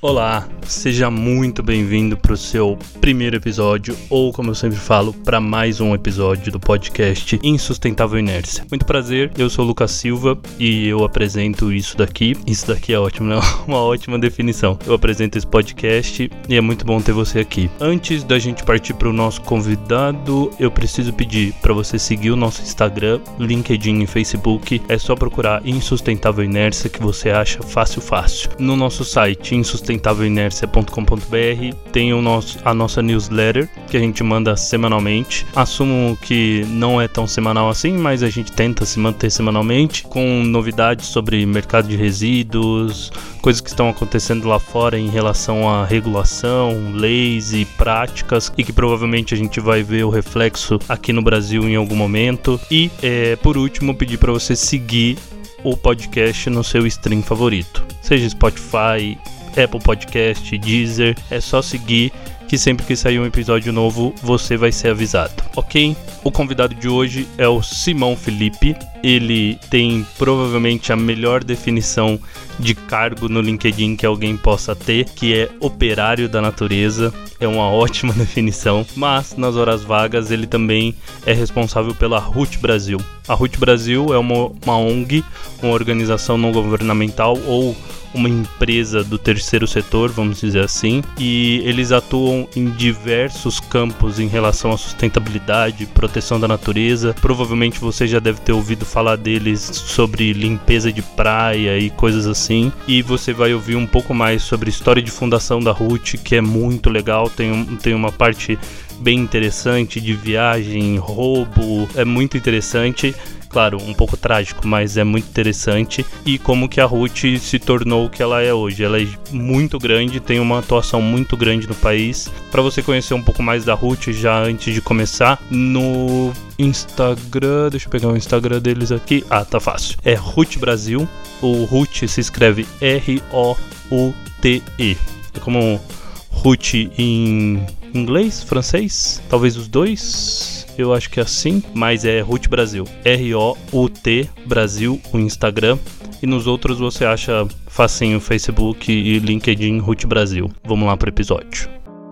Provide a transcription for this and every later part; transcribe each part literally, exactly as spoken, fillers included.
Olá, seja muito bem-vindo para o seu primeiro episódio, ou como eu sempre falo, para mais um episódio do podcast Insustentável Inércia. Muito prazer, eu sou o Lucas Silva e eu apresento isso daqui. Isso daqui é ótimo, né? Uma ótima definição. Eu apresento esse podcast e é muito bom ter você aqui. Antes da gente partir para o nosso convidado, eu preciso pedir para você seguir o nosso Instagram, LinkedIn e Facebook. É só procurar Insustentável Inércia que você acha fácil, fácil. No nosso site, insustentável inércia ponto com ponto b r, tem o nosso, a nossa newsletter que a gente manda semanalmente. Assumo que não é tão semanal assim, mas a gente tenta se manter semanalmente com novidades sobre mercado de resíduos, coisas que estão acontecendo lá fora em relação à regulação, leis e práticas, e que provavelmente a gente vai ver o reflexo aqui no Brasil em algum momento. E é, por último, pedir para você seguir o podcast no seu stream favorito, seja Spotify, Apple Podcast, Deezer. É só seguir que sempre que sair um episódio novo você vai ser avisado, ok? O convidado de hoje é o Simão Felipe. Ele tem provavelmente a melhor definição de cargo no LinkedIn que alguém possa ter, que é operário da natureza. É uma ótima definição, mas nas horas vagas ele também é responsável pela R U T Brasil. A R U T Brasil é uma, uma O N G, uma organização não governamental ou uma empresa do terceiro setor, vamos dizer assim, e eles atuam em diversos campos em relação à sustentabilidade, proteção da natureza. Provavelmente você já deve ter ouvido falar deles sobre limpeza de praia e coisas assim, e você vai ouvir um pouco mais sobre a história de fundação da R U T, que é muito legal. Tem, um, tem uma parte bem interessante de viagem, roubo, é muito interessante. Claro, um pouco trágico, mas é muito interessante. E como que a R U T se tornou o que ela é hoje. Ela é muito grande, tem uma atuação muito grande no país. Para você conhecer um pouco mais da R U T, já antes de começar, no Instagram, deixa eu pegar o Instagram deles aqui. Ah, tá fácil. É R U T Brasil. O R U T se escreve R O U T E. É como R U T em inglês, francês, talvez os dois. Eu acho que é assim, mas é R U T Brasil, R O U T Brasil, o Instagram, e nos outros você acha facinho, Facebook e LinkedIn R U T Brasil. Vamos lá pro episódio.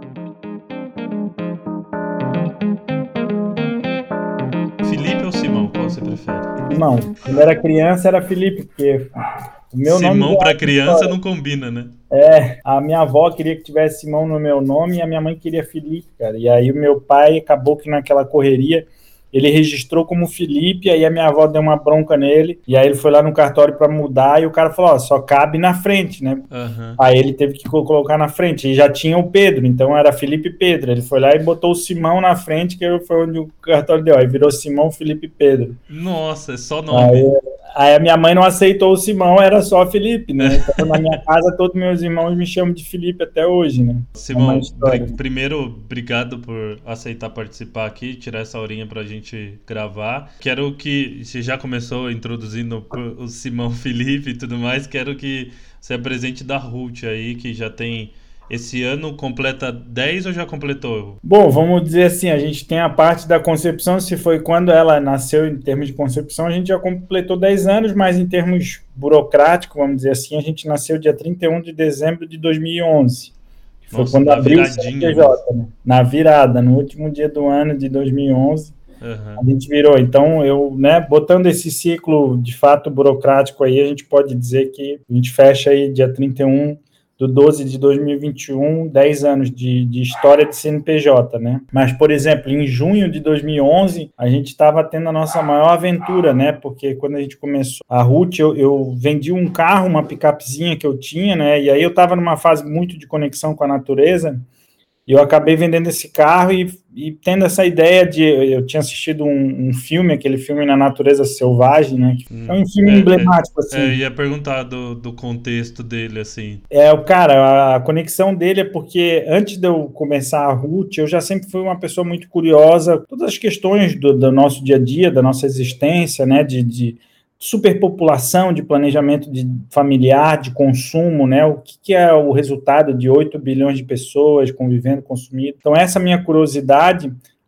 Felipe ou Simão, qual você prefere? Não, quando era criança era Felipe, porque o meu Simão nome... Simão pra criança não combina, né? É, a minha avó queria que tivesse Simão no meu nome e a minha mãe queria Felipe, cara. E aí o meu pai acabou que naquela correria ele registrou como Felipe, aí a minha avó deu uma bronca nele, e aí ele foi lá no cartório para mudar, e o cara falou, ó, só cabe na frente, né? Uhum. Aí ele teve que colocar na frente, e já tinha o Pedro, então era Felipe Pedro. Ele foi lá e botou o Simão na frente, que foi onde o cartório deu, aí virou Simão Felipe Pedro. Nossa, é só nome. Aí, Aí a minha mãe não aceitou o Simão, era só Felipe, né? Então, na minha casa, todos meus irmãos me chamam de Felipe até hoje, né? Simão, br- primeiro, obrigado por aceitar participar aqui, tirar essa horinha pra gente gravar. Quero que, você já começou introduzindo o Simão Felipe e tudo mais, quero que você apresente da R U T aí, que já tem... Esse ano completa dez ou já completou? Bom, vamos dizer assim, a gente tem a parte da concepção, se foi quando ela nasceu em termos de concepção, a gente já completou dez anos, mas em termos burocráticos, vamos dizer assim, a gente nasceu dia trinta e um de dezembro de dois mil e onze. Que foi Nossa, quando abriu o C N P J, né? Na virada, no último dia do ano de dois mil e onze, uhum. A gente virou. Então, eu, né, botando esse ciclo de fato burocrático aí, a gente pode dizer que a gente fecha aí dia trinta e um do doze de dois mil e vinte e um, dez anos de, de história de C N P J, né? Mas, por exemplo, em junho de dois mil e onze, a gente estava tendo a nossa maior aventura, né? Porque quando a gente começou a R U T, eu, eu vendi um carro, uma picapezinha que eu tinha, né? E aí eu estava numa fase muito de conexão com a natureza, e eu acabei vendendo esse carro e, e tendo essa ideia de... Eu tinha assistido um, um filme, aquele filme Na Natureza Selvagem, né? Que é um filme é, emblemático, assim. É, ia perguntar do, do contexto dele, assim. É, o cara, a conexão dele é porque antes de eu começar a R U T, eu já sempre fui uma pessoa muito curiosa. Todas as questões do, do nosso dia a dia, da nossa existência, né? De... de superpopulação, de planejamento de familiar, de consumo, né? O que, que é o resultado de oito bilhões de pessoas convivendo, consumindo. Então, essa minha curiosidade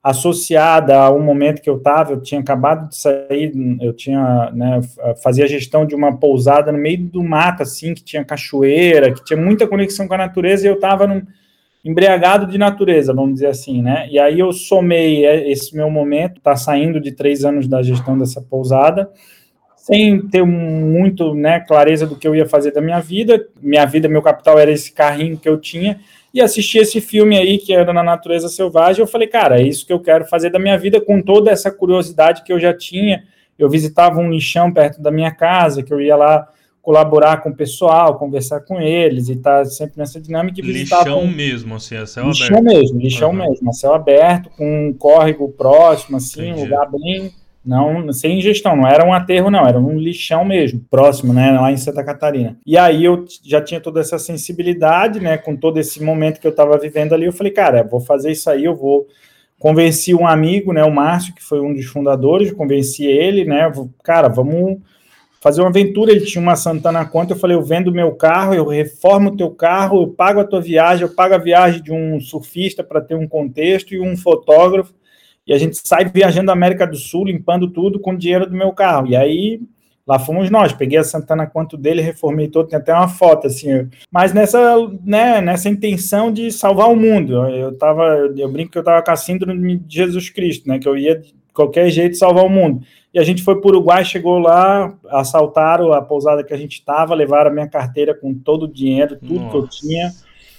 associada a um momento que eu estava, eu tinha acabado de sair, eu tinha, né, fazia a gestão de uma pousada no meio do mato, assim, que tinha cachoeira, que tinha muita conexão com a natureza, e eu estava embriagado de natureza, vamos dizer assim, né? E aí eu somei esse meu momento, tá saindo de três anos da gestão dessa pousada, sem ter muito, né, clareza do que eu ia fazer da minha vida. Minha vida, meu capital era esse carrinho que eu tinha, e assisti esse filme aí, que era Na Natureza Selvagem. Eu falei, cara, é isso que eu quero fazer da minha vida, com toda essa curiosidade que eu já tinha. Eu visitava um lixão perto da minha casa, que eu ia lá colaborar com o pessoal, conversar com eles, e estar tá sempre nessa dinâmica. E lixão um... mesmo, assim, a céu lixão aberto. Mesmo, lixão uhum. mesmo, a céu aberto, com um córrego próximo, assim, um lugar bem... Não, sem ingestão, não era um aterro, não, era um lixão mesmo, próximo, né, lá em Santa Catarina. E aí eu já tinha toda essa sensibilidade, né, com todo esse momento que eu estava vivendo ali, eu falei, cara, vou fazer isso aí, eu vou... Convenci um amigo, né, o Márcio, que foi um dos fundadores, convenci ele, né, vou, cara, vamos fazer uma aventura. Ele tinha uma Santana Quanto, eu falei, eu vendo meu carro, eu reformo o teu carro, eu pago a tua viagem, eu pago a viagem de um surfista para ter um contexto e um fotógrafo, e a gente sai viajando a América do Sul, limpando tudo com o dinheiro do meu carro. E aí, lá fomos nós. Peguei a Santana Quanto dele, reformei todo, tem até uma foto, assim. Mas nessa, né, nessa intenção de salvar o mundo. Eu, tava, eu brinco que eu estava com a síndrome de Jesus Cristo, né, que eu ia de qualquer jeito salvar o mundo. E a gente foi para o Uruguai, chegou lá, assaltaram a pousada que a gente estava, levaram a minha carteira com todo o dinheiro, tudo Nossa. que eu tinha.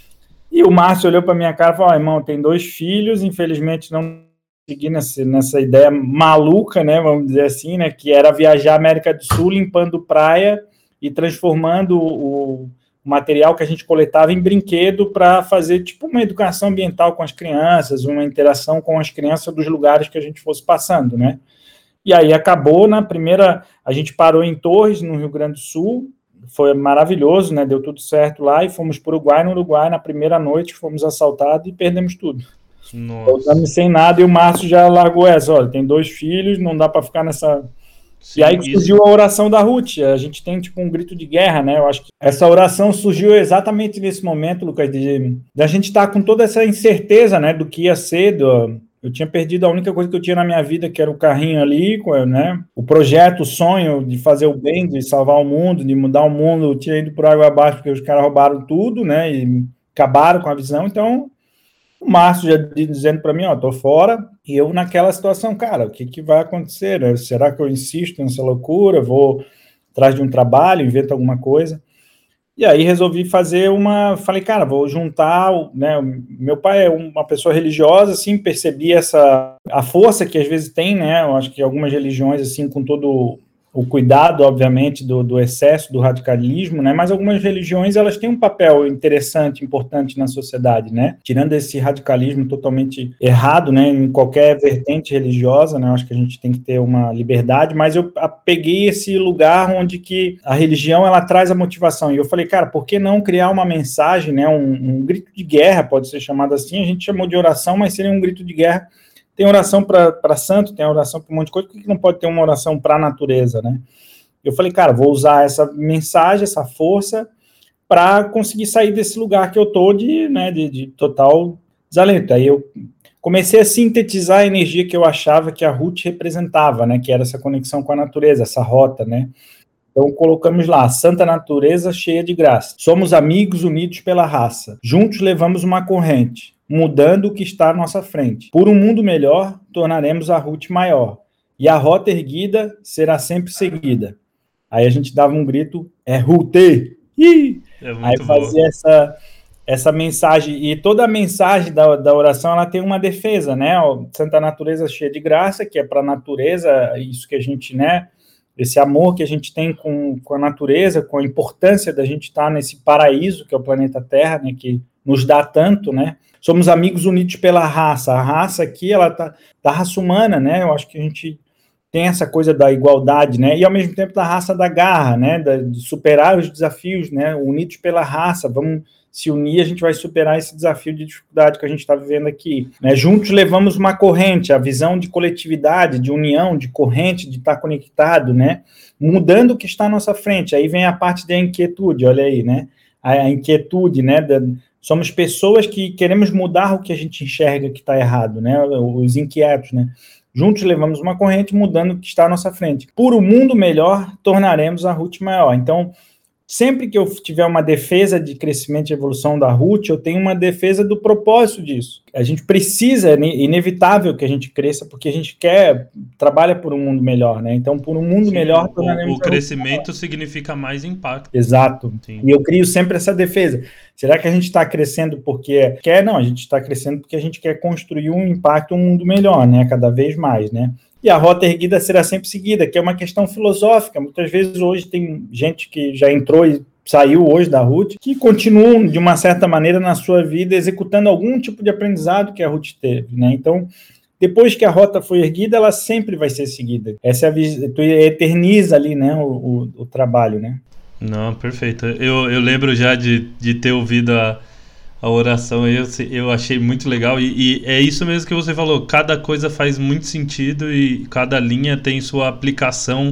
E o Márcio olhou para minha cara e falou, oh, irmão, tem dois filhos, infelizmente não... seguir nessa, nessa ideia maluca, né, vamos dizer assim, né, que era viajar a América do Sul limpando praia e transformando o, o material que a gente coletava em brinquedo para fazer tipo uma educação ambiental com as crianças, uma interação com as crianças dos lugares que a gente fosse passando, né. E aí acabou na primeira, a gente parou em Torres, no Rio Grande do Sul, foi maravilhoso, né, deu tudo certo lá, e fomos para o Uruguai. No Uruguai, na primeira noite, fomos assaltados e perdemos tudo. Voltamos sem nada, e o Márcio já largou essa, olha, tem dois filhos, não dá para ficar nessa... Sim, e aí isso. Surgiu a oração da Ruth, a gente tem tipo um grito de guerra, né, eu acho que essa oração surgiu exatamente nesse momento, Lucas, de, de a gente estar tá com toda essa incerteza, né, do que ia ser, do, eu tinha perdido a única coisa que eu tinha na minha vida, que era o carrinho ali, né, o projeto, o sonho de fazer o bem, de salvar o mundo, de mudar o mundo, eu tinha ido por água abaixo porque os caras roubaram tudo, né, e acabaram com a visão. Então o Márcio já dizendo para mim, ó, tô fora, e eu naquela situação, cara, o que, que vai acontecer? Né? Será que eu insisto nessa loucura? Vou atrás de um trabalho, invento alguma coisa? E aí resolvi fazer uma, falei, cara, vou juntar, né, meu pai é uma pessoa religiosa, assim, percebi essa, a força que às vezes tem, né, eu acho que algumas religiões, assim, com todo o cuidado, obviamente, do, do excesso, do radicalismo, né, mas algumas religiões, elas têm um papel interessante, importante na sociedade, né, tirando esse radicalismo totalmente errado, né, em qualquer vertente religiosa, né, eu acho que a gente tem que ter uma liberdade, mas eu peguei esse lugar onde que a religião, ela traz a motivação, e eu falei, cara, por que não criar uma mensagem, né, um, um grito de guerra, pode ser chamado assim, a gente chamou de oração, mas seria um grito de guerra. Tem oração para santo, tem oração para um monte de coisa, por que não pode ter uma oração para a natureza, né? Eu falei, cara, vou usar essa mensagem, essa força, para conseguir sair desse lugar que eu tô de, né, de, de total desalento. Aí eu comecei a sintetizar a energia que eu achava que a Ruth representava, né, que era essa conexão com a natureza, essa rota, né? Então colocamos lá, santa natureza cheia de graça. Somos amigos unidos pela raça. Juntos levamos uma corrente, mudando o que está à nossa frente. Por um mundo melhor, tornaremos a Ruth maior. E a rota erguida será sempre seguida. Aí a gente dava um grito, é Ruth! É Aí fazia essa, essa mensagem. E toda a mensagem da, da oração, ela tem uma defesa, né? Santa natureza cheia de graça, que é para a natureza, isso que a gente, né? Esse amor que a gente tem com, com a natureza, com a importância da gente estar nesse paraíso, que é o planeta Terra, né? Que nos dá tanto, né? Somos amigos unidos pela raça. A raça aqui, ela tá da raça humana, né? Eu acho que a gente tem essa coisa da igualdade, né? E ao mesmo tempo da raça da garra, né? Da, de superar os desafios, né? Unidos pela raça, vamos se unir, a gente vai superar esse desafio de dificuldade que a gente está vivendo aqui, né? Juntos levamos uma corrente, a visão de coletividade, de união, de corrente, de estar conectado, né? Mudando o que está à nossa frente. Aí vem a parte da inquietude, olha aí, né? A, a inquietude, né? Da, Somos pessoas que queremos mudar o que a gente enxerga que está errado, né? Os inquietos, né? Juntos levamos uma corrente mudando o que está à nossa frente. Por um mundo melhor, tornaremos a Root maior. Então, sempre que eu tiver uma defesa de crescimento e evolução da Root, eu tenho uma defesa do propósito disso. A gente precisa, é inevitável que a gente cresça, porque a gente quer, trabalha por um mundo melhor, né? Então, por um mundo Sim, melhor... O, o crescimento significa mais impacto. Exato. Sim. E eu crio sempre essa defesa. Será que a gente está crescendo porque quer? Não, a gente está crescendo porque a gente quer construir um impacto, um mundo melhor, né? Cada vez mais, né? E a rota erguida será sempre seguida, que é uma questão filosófica. Muitas vezes hoje tem gente que já entrou e saiu hoje da Root, que continuam, de uma certa maneira, na sua vida, executando algum tipo de aprendizado que a Root teve, né? Então, depois que a rota foi erguida, ela sempre vai ser seguida. Essa é a, tu eterniza ali, né, o, o, o trabalho, né? Não, perfeito. Eu, eu lembro já de, de ter ouvido a A oração eu, eu achei muito legal e, e é isso mesmo que você falou, cada coisa faz muito sentido e cada linha tem sua aplicação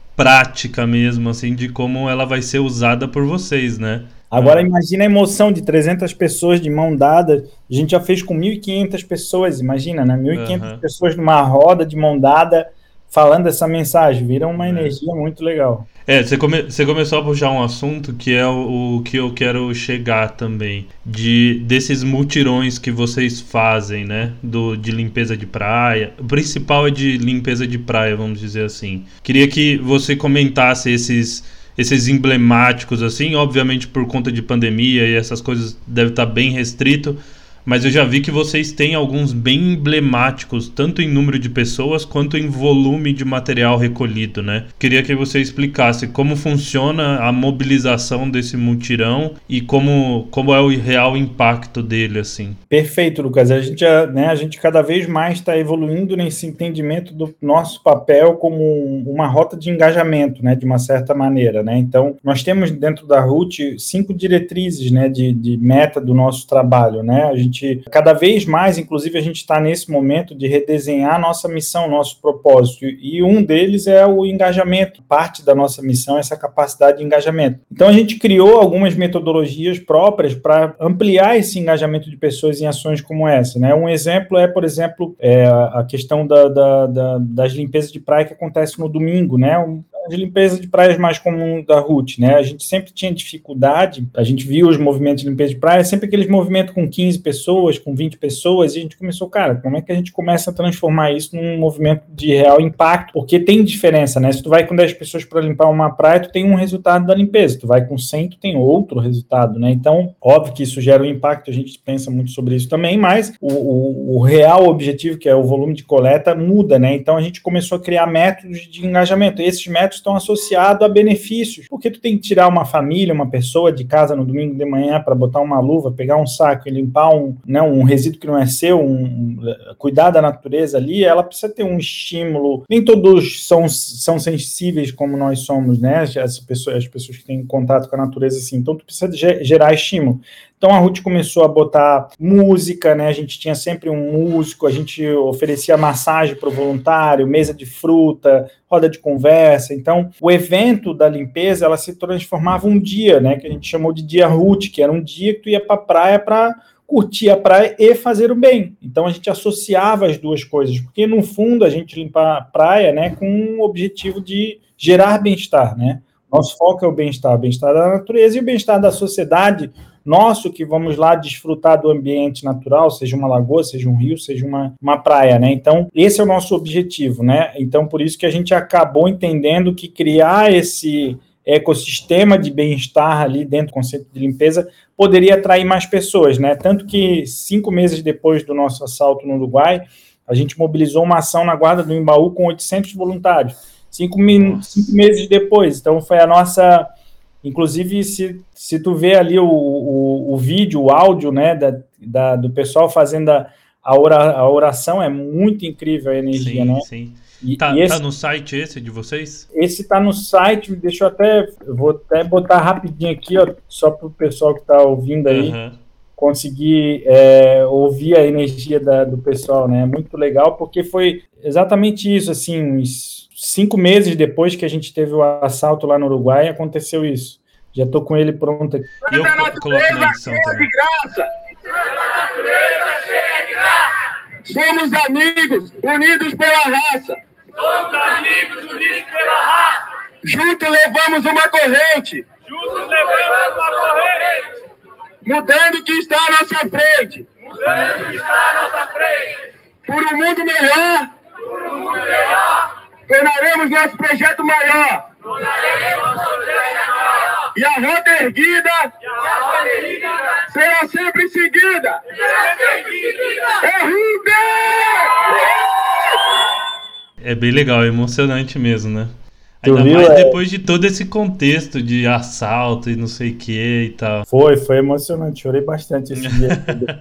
prática mesmo, assim, de como ela vai ser usada por vocês, né? Agora imagina a emoção de trezentas pessoas de mão dada, a gente já fez com mil e quinhentas pessoas, imagina, né? mil e quinhentas uhum. pessoas numa roda de mão dada falando essa mensagem, vira uma é. energia muito legal. É, você, come, você começou a puxar um assunto que é o, o que eu quero chegar também, de, desses mutirões que vocês fazem, né, do, de limpeza de praia, o principal é de limpeza de praia, vamos dizer assim. Queria que você comentasse esses, esses emblemáticos, assim, obviamente por conta de pandemia e essas coisas deve estar bem restrito, mas eu já vi que vocês têm alguns bem emblemáticos, tanto em número de pessoas quanto em volume de material recolhido, né? Queria que você explicasse como funciona a mobilização desse mutirão e como, como é o real impacto dele, assim. Perfeito, Lucas. A gente, né, a gente cada vez mais está evoluindo nesse entendimento do nosso papel como uma rota de engajamento, né, de uma certa maneira, né? Então, nós temos dentro da Root cinco diretrizes, né, de, de meta do nosso trabalho, né? A gente cada vez mais, inclusive a gente está nesse momento de redesenhar nossa missão, nosso propósito, e um deles é o engajamento, parte da nossa missão é essa capacidade de engajamento. Então a gente criou algumas metodologias próprias para ampliar esse engajamento de pessoas em ações como essa, né? Um exemplo é, por exemplo, é a questão da, da, da, das limpezas de praia que acontece no domingo, né? Um, de limpeza de praias mais comum da Root, né? A gente sempre tinha dificuldade, a gente viu os movimentos de limpeza de praia, sempre aqueles movimentos com quinze pessoas, com vinte pessoas, e a gente começou, cara, como é que a gente começa a transformar isso num movimento de real impacto? Porque tem diferença, né? Se tu vai com dez pessoas para limpar uma praia, tu tem um resultado da limpeza, tu vai com cem, tu tem outro resultado, né? Então, óbvio que isso gera um impacto, a gente pensa muito sobre isso também, mas o, o, o real objetivo, que é o volume de coleta, muda, né? Então, a gente começou a criar métodos de engajamento, e esses métodos estão associados a benefícios, porque tu tem que tirar uma família, uma pessoa de casa no domingo de manhã para botar uma luva, pegar um saco e limpar um, né, um resíduo que não é seu, um, um, cuidar da natureza ali, ela precisa ter um estímulo. Nem todos são, são sensíveis como nós somos, né? As pessoas, as pessoas que têm contato com a natureza assim, então tu precisa gerar estímulo. Então a Root começou a botar música, né? A gente tinha sempre um músico, a gente oferecia massagem para o voluntário, mesa de fruta, roda de conversa. Então o evento da limpeza, ela se transformava um dia, né? Que a gente chamou de dia Root, que era um dia que tu ia para a praia para curtir a praia e fazer o bem. Então a gente associava as duas coisas, porque no fundo a gente limpa a praia, né, com o objetivo de gerar bem-estar, né? Nosso foco é o bem-estar, o bem-estar da natureza e o bem-estar da sociedade, nosso que vamos lá desfrutar do ambiente natural, seja uma lagoa, seja um rio, seja uma, uma praia, né? Então, esse é o nosso objetivo, né? Então, por isso que a gente acabou entendendo que criar esse ecossistema de bem-estar ali dentro do conceito de limpeza poderia atrair mais pessoas, né? Tanto que cinco meses depois do nosso assalto no Uruguai, a gente mobilizou uma ação na Guarda do Imbaú com oitocentos voluntários. Cinco, min- cinco meses depois, então foi a nossa... Inclusive, se, se tu vê ali o, o, o vídeo, o áudio, né, da, da, do pessoal fazendo a, a, ora, a oração, é muito incrível a energia, sim, né? Sim, sim. Tá, esse, tá no site esse de vocês? Esse tá no site, deixa eu até, eu vou até botar rapidinho aqui, ó, só para o pessoal que tá ouvindo aí, uhum. conseguir é, ouvir a energia da, do pessoal, né? É muito legal, porque foi exatamente isso, assim, cinco meses depois que a gente teve o assalto lá no Uruguai, aconteceu isso. Já estou com ele pronto aqui. E eu coloco na edição também. Somos amigos, unidos pela raça. Somos amigos, unidos pela raça. Juntos levamos uma corrente. Juntos levamos uma corrente. Mudando o que está à nossa frente. Mudando o que está à nossa frente. Por um mundo melhor. Por um mundo melhor. Tornaremos nosso projeto maior. Tornaremos nosso projeto maior. E a rota erguida. E a rota erguida. Será sempre seguida. Será sempre seguida. É Rude! É bem legal, é emocionante mesmo, né? Tu Ainda viu, mais é... depois de todo esse contexto de assalto e não sei o que e tal. Foi, foi emocionante, chorei bastante esse dia.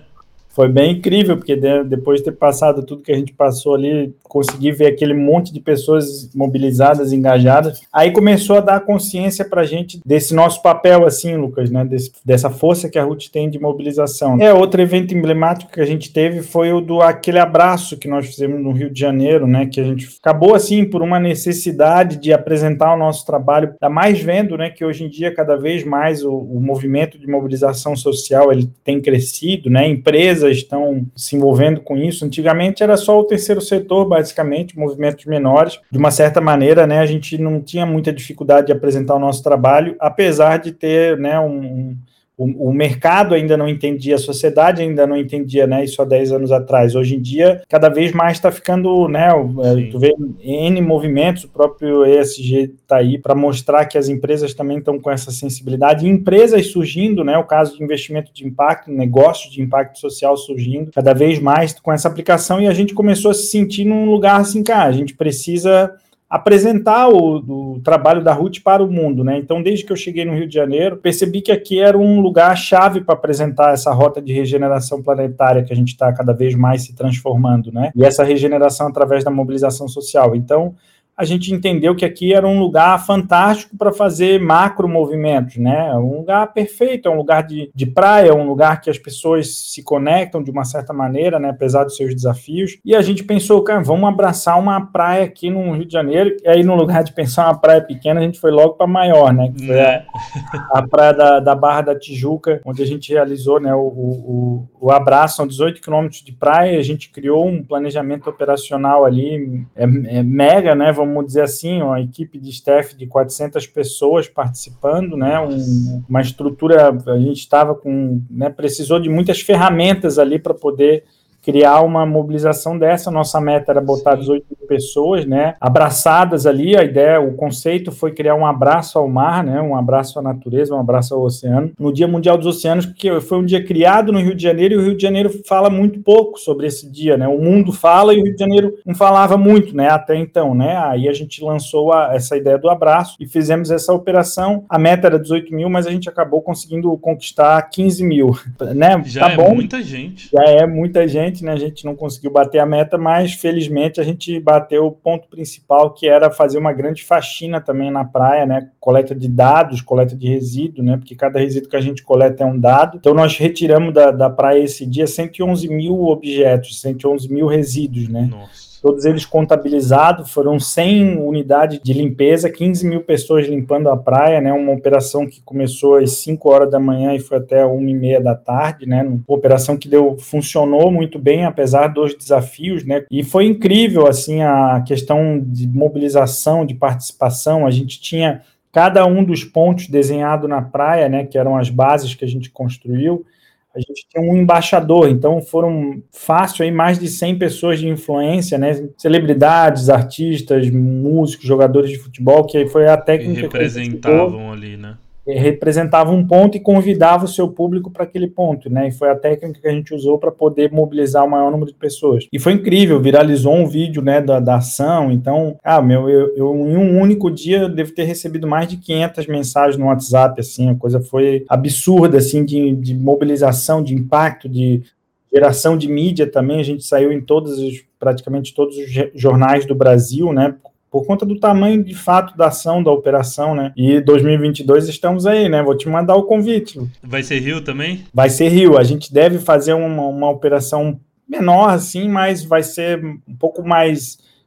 Foi bem incrível, porque depois de ter passado tudo que a gente passou ali, consegui ver aquele monte de pessoas mobilizadas, engajadas. Aí começou a dar consciência para a gente desse nosso papel, assim, Lucas, né? Desse, dessa força que a Ruth tem de mobilização. É, outro evento emblemático que a gente teve foi o do aquele abraço que nós fizemos no Rio de Janeiro, né? Que a gente acabou, assim, por uma necessidade de apresentar o nosso trabalho, ainda mais vendo, né, que hoje em dia, cada vez mais, o, o movimento de mobilização social ele tem crescido, né? Empresas estão se envolvendo com isso. Antigamente era só o terceiro setor, basicamente, movimentos menores. De uma certa maneira, né, a gente não tinha muita dificuldade de apresentar o nosso trabalho, apesar de ter, né, um, um O, o mercado ainda não entendia, a sociedade ainda não entendia, né, isso há dez anos atrás. Hoje em dia, cada vez mais está ficando, né, Sim. tu vê N movimentos, o próprio E S G está aí para mostrar que as empresas também estão com essa sensibilidade, e empresas surgindo, né, o caso de investimento de impacto, negócios de impacto social surgindo, cada vez mais com essa aplicação, e a gente começou a se sentir num lugar assim, cara, a gente precisa apresentar o, o trabalho da Ruth para o mundo, né? Então, desde que eu cheguei no Rio de Janeiro, percebi que aqui era um lugar-chave para apresentar essa rota de regeneração planetária que a gente está cada vez mais se transformando, né? E essa regeneração através da mobilização social. Então, a gente entendeu que aqui era um lugar fantástico para fazer macro movimentos, né? Um lugar perfeito, é um lugar de, de praia, um lugar que as pessoas se conectam de uma certa maneira, né? Apesar dos seus desafios. E a gente pensou, cara, vamos abraçar uma praia aqui no Rio de Janeiro. E aí, no lugar de pensar uma praia pequena, a gente foi logo para maior, né? Que foi a, a praia da, da Barra da Tijuca, onde a gente realizou, né, o, o, o abraço. São dezoito quilômetros de praia. A gente criou um planejamento operacional ali, é, é mega, né? Vamos Vamos dizer assim, uma equipe de staff de quatrocentas pessoas participando, né, um, uma estrutura, a gente estava com, né, precisou de muitas ferramentas ali para poder criar uma mobilização dessa. Nossa meta era botar dezoito mil pessoas, né, abraçadas ali. A ideia, o conceito foi criar um abraço ao mar, né, um abraço à natureza, um abraço ao oceano, no Dia Mundial dos Oceanos, que foi um dia criado no Rio de Janeiro, e o Rio de Janeiro fala muito pouco sobre esse dia, né, o mundo fala e o Rio de Janeiro não falava muito, né, até então, né, aí a gente lançou a, essa ideia do abraço e fizemos essa operação. A meta era dezoito mil, mas a gente acabou conseguindo conquistar quinze mil, né, já tá é bom, muita gente. Já é muita gente, né? A gente não conseguiu bater a meta, mas felizmente a gente bateu o ponto principal, que era fazer uma grande faxina também na praia, né? Coleta de dados, coleta de resíduo, né? Porque cada resíduo que a gente coleta é um dado. Então nós retiramos da, da praia esse dia cento e onze mil objetos, cento e onze mil resíduos, né? Nossa. Todos eles contabilizados, foram cem unidades de limpeza, quinze mil pessoas limpando a praia, né? Uma operação que começou às cinco horas da manhã e foi até uma e meia da tarde, né? Uma operação que deu, funcionou muito bem, apesar dos desafios, né? E foi incrível, assim, a questão de mobilização, de participação. A gente tinha cada um dos pontos desenhado na praia, né? Que eram as bases que a gente construiu. A gente tinha um embaixador, então foram fácil aí mais de cem pessoas de influência, né? Celebridades, artistas, músicos, jogadores de futebol, que aí foi a técnica que representavam ali, né? Representava um ponto e convidava o seu público para aquele ponto, né? E foi a técnica que a gente usou para poder mobilizar o maior número de pessoas. E foi incrível, viralizou um vídeo, né, da, da ação. Então, ah, meu, eu, eu em um único dia devo ter recebido mais de quinhentas mensagens no WhatsApp, assim, a coisa foi absurda, assim, de, de mobilização, de impacto, de geração de mídia também. A gente saiu em todos os, praticamente todos os jornais do Brasil, né? Por conta do tamanho, de fato, da ação, da operação, né? E dois mil e vinte e dois estamos aí, né? Vou te mandar o convite. Vai ser Rio também? Vai ser Rio. A gente deve fazer uma, uma operação menor, assim, mas vai ser um pouco mais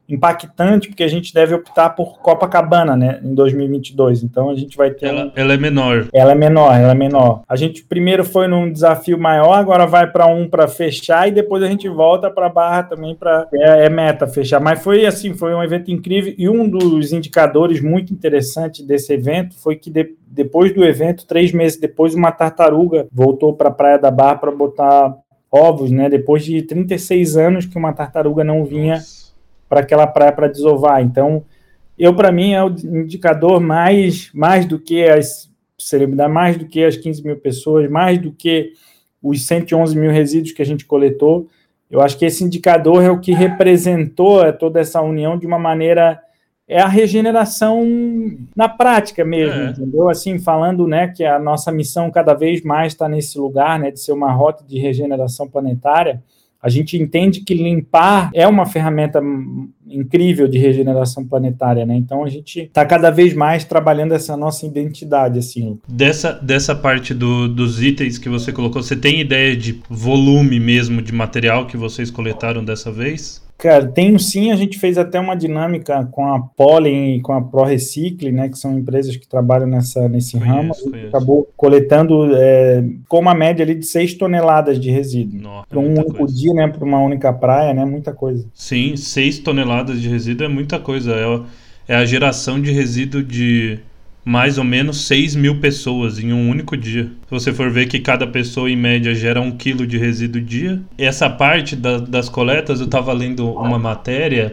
impactante, porque a gente deve optar por Copacabana, né, em dois mil e vinte e dois. Então a gente vai ter... Ela, um... ela é menor. Ela é menor, ela é menor. A gente primeiro foi num desafio maior, agora vai para um para fechar e depois a gente volta para Barra também para... É, é meta fechar. Mas foi assim, foi um evento incrível e um dos indicadores muito interessantes desse evento foi que de, depois do evento, três meses depois, uma tartaruga voltou para a Praia da Barra para botar ovos, né? Depois de trinta e seis anos que uma tartaruga não vinha para aquela praia para desovar. Então, eu, para mim, é o indicador mais, mais do que as celebridades, mais do que as quinze mil pessoas, mais do que os cento e onze mil resíduos que a gente coletou. Eu acho que esse indicador é o que representou toda essa união de uma maneira... É a regeneração na prática mesmo, é. entendeu? Assim, falando, né, que a nossa missão cada vez mais está nesse lugar, né, de ser uma rota de regeneração planetária. A gente entende que limpar é uma ferramenta incrível de regeneração planetária, né? Então a gente está cada vez mais trabalhando essa nossa identidade, assim. Dessa, dessa parte do, dos itens que você colocou, você tem ideia de volume mesmo de material que vocês coletaram dessa vez? Cara, tenho sim, a gente fez até uma dinâmica com a Pollen e com a ProRecicle, né, que são empresas que trabalham nessa, nesse conheço, ramo, a gente acabou coletando é, com uma média ali de seis toneladas de resíduo. Para um único coisa. dia, né, para uma única praia, né, muita coisa. Sim, seis toneladas de resíduo é muita coisa, é, é a geração de resíduo de mais ou menos seis mil pessoas em um único dia. Se você for ver que cada pessoa em média gera um quilo de resíduo dia. Essa parte da, das coletas, eu estava lendo uma matéria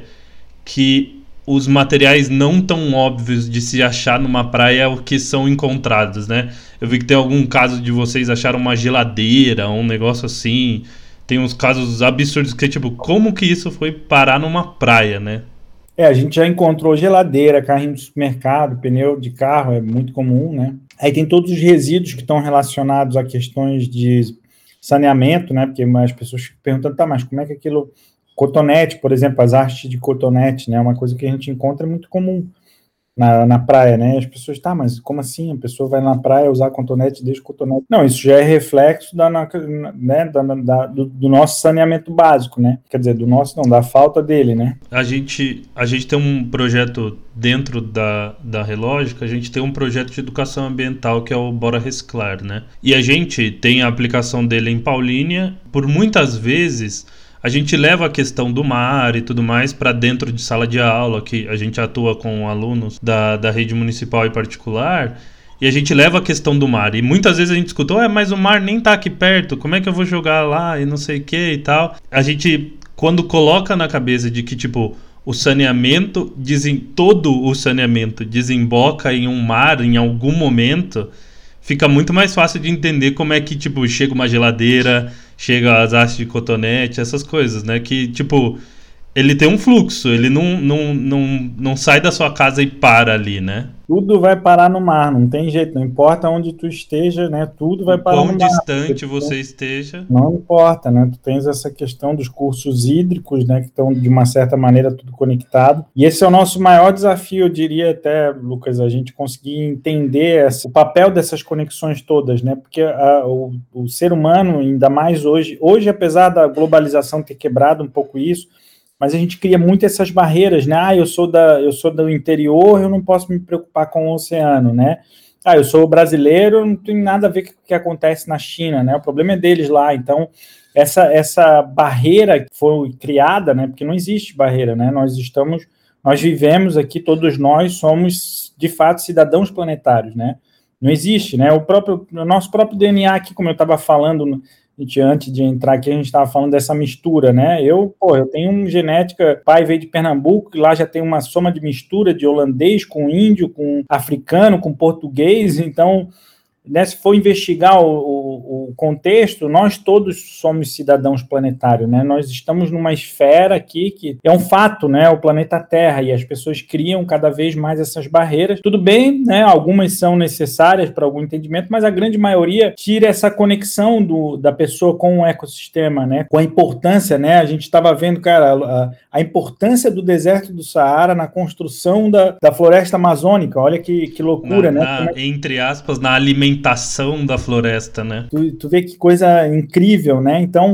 que os materiais não tão óbvios de se achar numa praia é o que são encontrados, né? Eu vi que tem algum caso de vocês acharam uma geladeira, um negócio assim. Tem uns casos absurdos que tipo, como que isso foi parar numa praia, né? É, a gente já encontrou geladeira, carrinho de supermercado, pneu de carro, é muito comum, né? Aí tem todos os resíduos que estão relacionados a questões de saneamento, né? Porque as pessoas ficam perguntando, tá, mas como é que aquilo... Cotonete, por exemplo, as artes de cotonete, né? Uma coisa que a gente encontra muito comum na, na praia, né? As pessoas, tá, mas como assim? A pessoa vai na praia usar cotonete, deixa o cotonete. Não, isso já é reflexo da, né, da, da, do, do nosso saneamento básico, né? Quer dizer, do nosso não, da falta dele, né? A gente, a gente tem um projeto dentro da, da Relógica, a gente tem um projeto de educação ambiental que é o Bora Reciclar, né? E a gente tem a aplicação dele em Paulínia. Por muitas vezes... A gente leva a questão do mar e tudo mais para dentro de sala de aula, que a gente atua com alunos da, da rede municipal e particular, e a gente leva a questão do mar. E muitas vezes a gente escuta, oh, mas o mar nem tá aqui perto, como é que eu vou jogar lá e não sei o que e tal. A gente, quando coloca na cabeça de que, tipo, o saneamento, desen... todo o saneamento desemboca em um mar em algum momento, fica muito mais fácil de entender como é que, tipo, chega uma geladeira... Chega as hastes de cotonete, essas coisas, né? Que, tipo, ele tem um fluxo, ele não, não, não, não sai da sua casa e para ali, né? Tudo vai parar no mar, não tem jeito, não importa onde tu esteja, né? Tudo vai parar no mar. Quão distante você esteja. Não importa, né? Tu tens essa questão dos cursos hídricos, né? Que estão, de uma certa maneira, tudo conectado. E esse é o nosso maior desafio, eu diria até, Lucas, a gente conseguir entender esse, o papel dessas conexões todas, né? Porque a, o, o ser humano, ainda mais hoje, hoje, apesar da globalização ter quebrado um pouco isso, mas a gente cria muito essas barreiras, né? Ah, eu sou, da, eu sou do interior, eu não posso me preocupar com o oceano, né? Ah, eu sou brasileiro, não tem nada a ver com o que acontece na China, né? O problema é deles lá. Então, essa, essa barreira que foi criada, né? Porque não existe barreira, né? Nós estamos, nós vivemos aqui, todos nós somos, de fato, cidadãos planetários, né? Não existe, né? O próprio, o nosso próprio D N A aqui, como eu estava falando... Gente, antes de entrar aqui, a gente estava falando dessa mistura, né? Eu, pô, eu tenho uma genética, pai veio de Pernambuco, e lá já tem uma soma de mistura de holandês com índio, com africano, com português, então, né, se for investigar o, o, o contexto, nós todos somos cidadãos planetários, né? Nós estamos numa esfera aqui que é um fato, né? O planeta Terra, e as pessoas criam cada vez mais essas barreiras. Tudo bem, né? Algumas são necessárias para algum entendimento, mas a grande maioria tira essa conexão do, da pessoa com o ecossistema, né? Com a importância, né? A gente estava vendo, cara, a, a importância do deserto do Saara na construção da, da floresta amazônica. Olha que, que loucura, na, né? Na, é... Entre aspas, na alimentação da floresta, né? Tu, tu vê que coisa incrível, né? Então,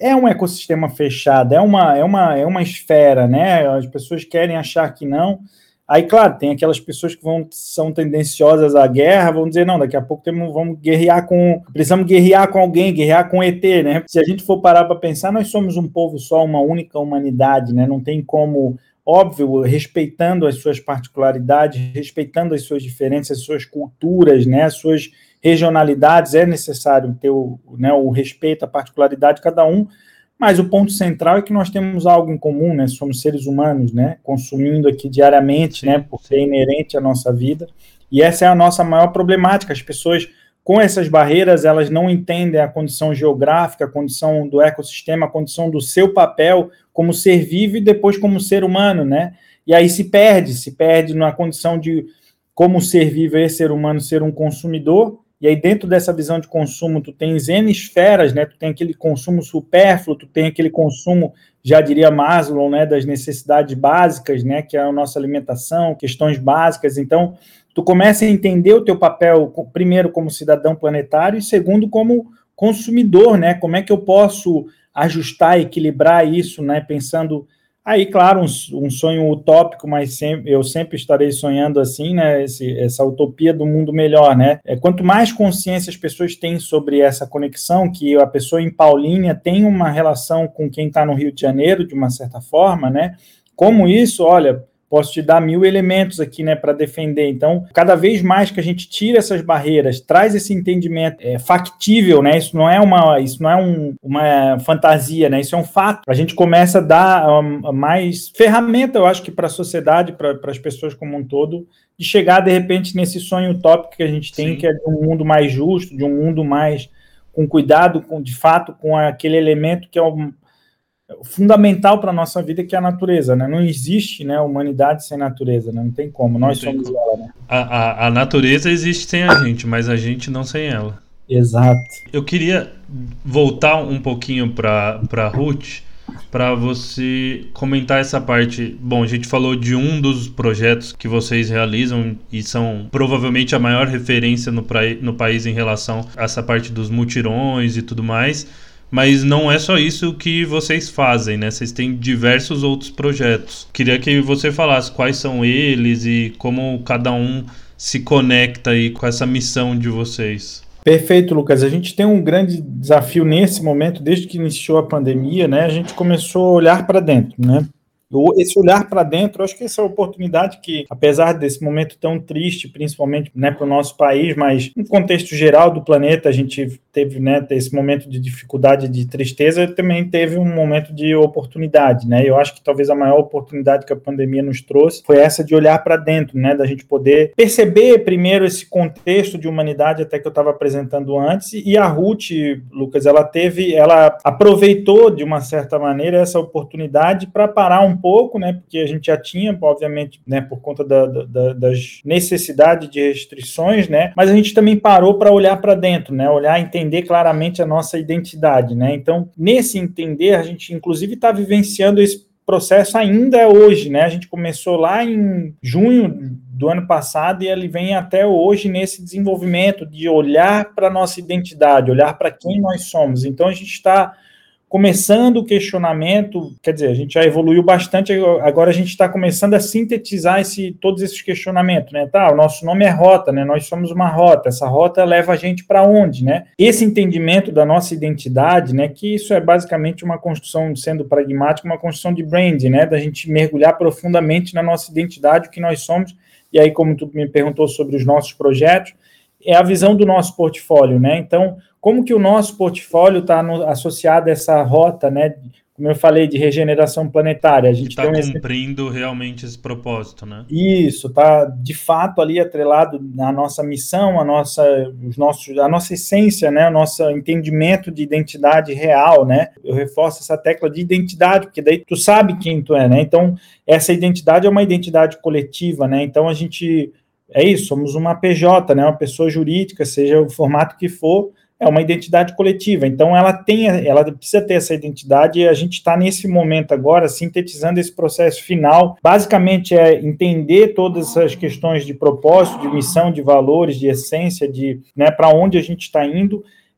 é um ecossistema fechado, é uma, é uma, é uma esfera, né? As pessoas querem achar que não. Aí, claro, tem aquelas pessoas que vão, são tendenciosas à guerra, vão dizer, não, daqui a pouco temos, vamos guerrear com... Precisamos guerrear com alguém, guerrear com E T, né? Se a gente for parar para pensar, nós somos um povo só, uma única humanidade, né? Não tem como... Óbvio, respeitando as suas particularidades, respeitando as suas diferenças, as suas culturas, né? As suas regionalidades, é necessário ter o, né, o respeito à particularidade de cada um, mas o ponto central é que nós temos algo em comum, né? Somos seres humanos, né? Consumindo aqui diariamente, sim, né? Porque é inerente à nossa vida, e essa é a nossa maior problemática. As pessoas, com essas barreiras, elas não entendem a condição geográfica, a condição do ecossistema, a condição do seu papel como ser vivo e depois como ser humano, né? E aí se perde, se perde na condição de como ser vivo e ser humano, ser um consumidor. E aí, dentro dessa visão de consumo, tu tens N esferas, né? Tu tem aquele consumo supérfluo, tu tem aquele consumo, já diria Maslow, né? Das necessidades básicas, né? Que é a nossa alimentação, questões básicas. Então, tu começa a entender o teu papel, primeiro, como cidadão planetário, e segundo, como consumidor, né? Como é que eu posso ajustar, equilibrar isso, né? Pensando... Aí, claro, um, um sonho utópico, mas sempre, eu sempre estarei sonhando assim, né, esse, essa utopia do mundo melhor, né? É, quanto mais consciência as pessoas têm sobre essa conexão, que a pessoa em Paulínia tem uma relação com quem está no Rio de Janeiro, de uma certa forma, né? Como isso, olha... Posso te dar mil elementos aqui, né, para defender. Então, cada vez mais que a gente tira essas barreiras, traz esse entendimento é, factível, né? Isso não é uma, isso não é um, uma fantasia, né? Isso é um fato. A gente começa a dar um, mais ferramenta, eu acho que para a sociedade, para as pessoas como um todo, de chegar de repente nesse sonho utópico que a gente tem, sim, que é de um mundo mais justo, de um mundo mais com cuidado, com, de fato, com aquele elemento que é um fundamental para a nossa vida, que é a natureza, né? Não existe, né, humanidade sem natureza, né? Não tem como, nós somos como. ela, né? A, a, a natureza existe sem a gente, mas a gente não sem ela. Exato. Eu queria voltar um pouquinho para para Ruth, para você comentar essa parte. Bom, a gente falou de um dos projetos que vocês realizam e são provavelmente a maior referência no, pra, no país em relação a essa parte dos mutirões e tudo mais. Mas não é só isso que vocês fazem, né? Vocês têm diversos outros projetos. Queria que você falasse quais são eles e como cada um se conecta aí com essa missão de vocês. Perfeito, Lucas. A gente tem um grande desafio nesse momento, desde que iniciou a pandemia, né? A gente começou a olhar para dentro, né? Esse olhar para dentro, acho que essa é a oportunidade que, apesar desse momento tão triste, principalmente, né, para o nosso país, mas no contexto geral do planeta, a gente teve, né, esse momento de dificuldade, de tristeza, também teve um momento de oportunidade, né? Eu acho que talvez a maior oportunidade que a pandemia nos trouxe foi essa de olhar para dentro, né, da gente poder perceber primeiro esse contexto de humanidade, até que eu estava apresentando antes, e a Ruth, Lucas, ela teve, ela aproveitou de uma certa maneira essa oportunidade para parar um pouco, né, porque a gente já tinha, obviamente, né, por conta da, da, das necessidades de restrições, né, mas a gente também parou para olhar para dentro, né, olhar, entender claramente a nossa identidade, né, então, nesse entender, a gente, inclusive, está vivenciando esse processo ainda hoje, né, a gente começou lá em junho do ano passado e ele vem até hoje nesse desenvolvimento de olhar para a nossa identidade, olhar para quem nós somos, então a gente está começando o questionamento, quer dizer, a gente já evoluiu bastante, agora a gente está começando a sintetizar esse, todos esses questionamentos, né? Tá, o nosso nome é rota, né? Nós somos uma rota, essa rota leva a gente para onde, né? Esse entendimento da nossa identidade, né? Que isso é basicamente uma construção, sendo pragmática, uma construção de brand, né? Da gente mergulhar profundamente na nossa identidade, o que nós somos, e aí, como tu me perguntou sobre os nossos projetos, é a visão do nosso portfólio, né? Então, como que o nosso portfólio está associado a essa rota, né? Como eu falei, de regeneração planetária. A gente está um cumprindo esse... realmente esse propósito, né? Isso, está de fato ali atrelado na nossa missão, a nossa, os nossos, a nossa essência, né? O nosso entendimento de identidade real, né? Eu reforço essa tecla de identidade, porque daí tu sabe quem tu é, né? Então, essa identidade é uma identidade coletiva, né? Então, a gente... É isso, somos uma P J, né? Uma pessoa jurídica, seja o formato que for, é uma identidade coletiva, então ela tem, ela precisa ter essa identidade e a gente está nesse momento agora sintetizando esse processo final, basicamente é entender todas essas questões de propósito, de missão, de valores, de essência, de, né, para onde a gente está indo,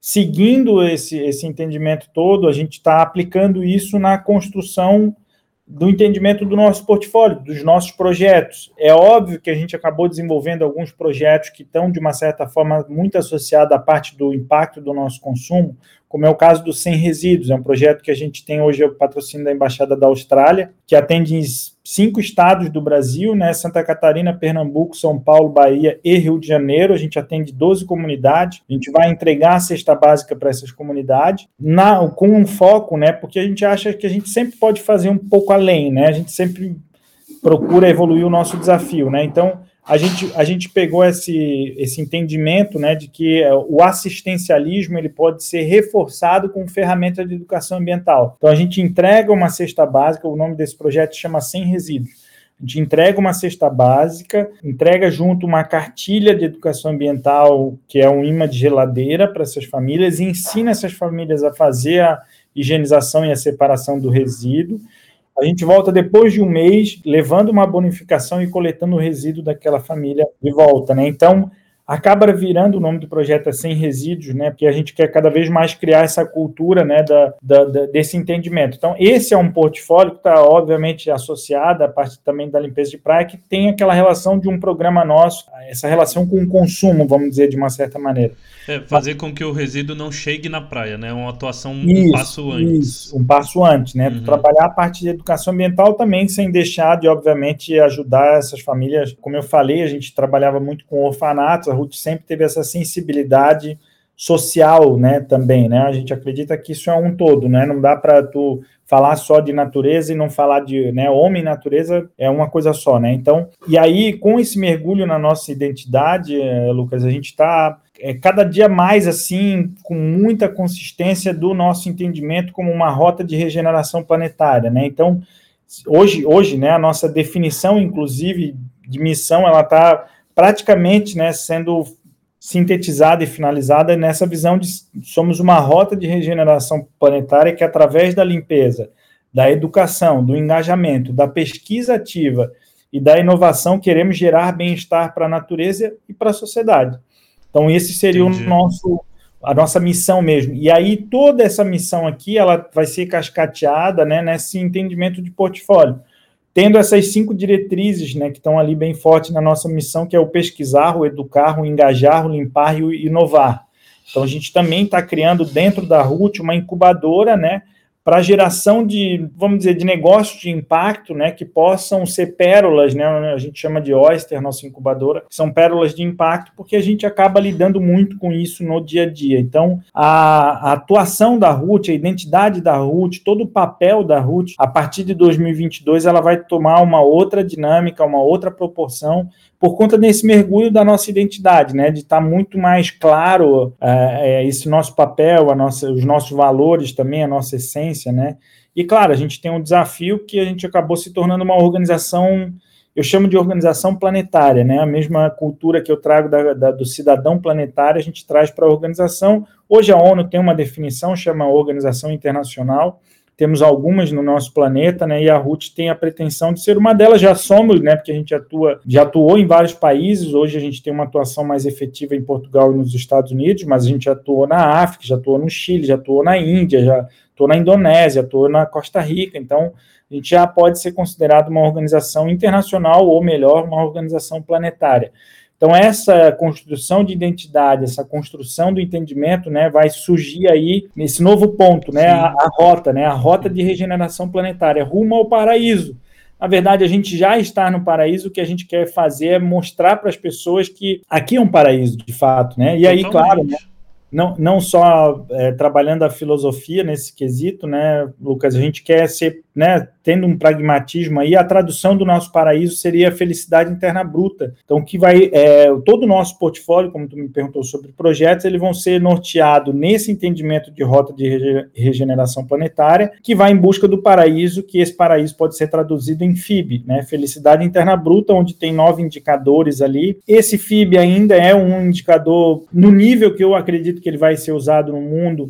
seguindo esse, esse entendimento todo, a gente está aplicando isso na construção do entendimento do nosso portfólio, dos nossos projetos. É óbvio que a gente acabou desenvolvendo alguns projetos que estão, de uma certa forma, muito associados à parte do impacto do nosso consumo, como é o caso do Sem Resíduos. É um projeto que a gente tem hoje, é o patrocínio da Embaixada da Austrália, que atende cinco estados do Brasil, né? Santa Catarina, Pernambuco, São Paulo, Bahia e Rio de Janeiro. A gente atende doze comunidades. A gente vai entregar a cesta básica para essas comunidades, na, com um foco, né? Porque a gente acha que a gente sempre pode fazer um pouco além, né? A gente sempre procura evoluir o nosso desafio, né? Então, a gente, a gente pegou esse, esse entendimento, né, de que o assistencialismo ele pode ser reforçado com ferramenta de educação ambiental. Então, a gente entrega uma cesta básica, o nome desse projeto chama Sem Resíduos. A gente entrega uma cesta básica, entrega junto uma cartilha de educação ambiental, que é um imã de geladeira para essas famílias, e ensina essas famílias a fazer a higienização e a separação do resíduo. A gente volta depois de um mês, levando uma bonificação e coletando o resíduo daquela família de volta, né? Então, acaba virando, o nome do projeto é Sem Resíduos, né? Porque a gente quer cada vez mais criar essa cultura, né, da, da, da, desse entendimento. Então, esse é um portfólio que está, obviamente, associado à parte também da limpeza de praia, que tem aquela relação de um programa nosso, essa relação com o consumo, vamos dizer, de uma certa maneira. É, fazer Mas, com que o resíduo não chegue na praia, né? Uma atuação isso, um passo antes. Isso, um passo antes, né? Uhum. Trabalhar a parte de educação ambiental também, sem deixar de, obviamente, ajudar essas famílias. Como eu falei, a gente trabalhava muito com orfanatos, a Ruth sempre teve essa sensibilidade social, né, também, né? A gente acredita que isso é um todo, né? Não dá para tu falar só de natureza e não falar de, né, homem e natureza é uma coisa só, né? Então, e aí, com esse mergulho na nossa identidade, Lucas, a gente está é, cada dia mais, assim, com muita consistência do nosso entendimento como uma rota de regeneração planetária, né? Então, hoje, hoje, né, a nossa definição, inclusive, de missão, ela está praticamente, né, sendo sintetizada e finalizada nessa visão de somos uma rota de regeneração planetária que, através da limpeza, da educação, do engajamento, da pesquisa ativa e da inovação, queremos gerar bem-estar para a natureza e para a sociedade. Então, esse seria Entendi. o nosso, a nossa missão mesmo. E aí, toda essa missão aqui, ela vai ser cascateada, né, nesse entendimento de portfólio, tendo essas cinco diretrizes, né, que estão ali bem fortes na nossa missão, que é o pesquisar, o educar, o engajar, o limpar e o inovar. Então, a gente também está criando dentro da Ruth uma incubadora, né, para a geração de, vamos dizer, de negócios de impacto, né, que possam ser pérolas, né, a gente chama de Oyster, nossa incubadora, que são pérolas de impacto, porque a gente acaba lidando muito com isso no dia a dia. Então, a, a atuação da Ruth, a identidade da Ruth, todo o papel da Ruth, a partir de dois mil e vinte e dois, ela vai tomar uma outra dinâmica, uma outra proporção, por conta desse mergulho da nossa identidade, né, de estar muito mais claro é, esse nosso papel, a nossa, os nossos valores também, a nossa essência, né, e claro, a gente tem um desafio que a gente acabou se tornando uma organização, eu chamo de organização planetária, né, a mesma cultura que eu trago da, da, do cidadão planetário, a gente traz para a organização. Hoje a ONU tem uma definição, chama Organização Internacional, temos algumas no nosso planeta, né, e a Ruth tem a pretensão de ser uma delas, já somos, né, porque a gente atua, já atuou em vários países, hoje a gente tem uma atuação mais efetiva em Portugal e nos Estados Unidos, mas a gente já atuou na África, já atuou no Chile, já atuou na Índia, já atuou na Indonésia, atuou na Costa Rica, então a gente já pode ser considerado uma organização internacional, ou melhor, uma organização planetária. Então, essa construção de identidade, essa construção do entendimento, né, vai surgir aí nesse novo ponto, né, a, a rota, né, a rota de regeneração planetária, rumo ao paraíso. Na verdade, a gente já está no paraíso, o que a gente quer fazer é mostrar para as pessoas que aqui é um paraíso, de fato, né, e aí, Totalmente. claro, né, não, não só é, trabalhando a filosofia nesse quesito, né, Lucas, a gente quer ser, né, tendo um pragmatismo aí, a tradução do nosso paraíso seria a felicidade interna bruta. Então, que vai, é, todo o nosso portfólio, como tu me perguntou sobre projetos, eles vão ser norteados nesse entendimento de rota de regeneração planetária, que vai em busca do paraíso, que esse paraíso pode ser traduzido em F I B, né, felicidade interna bruta, onde tem nove indicadores ali. Esse F I B ainda é um indicador no nível que eu acredito que ele vai ser usado no mundo.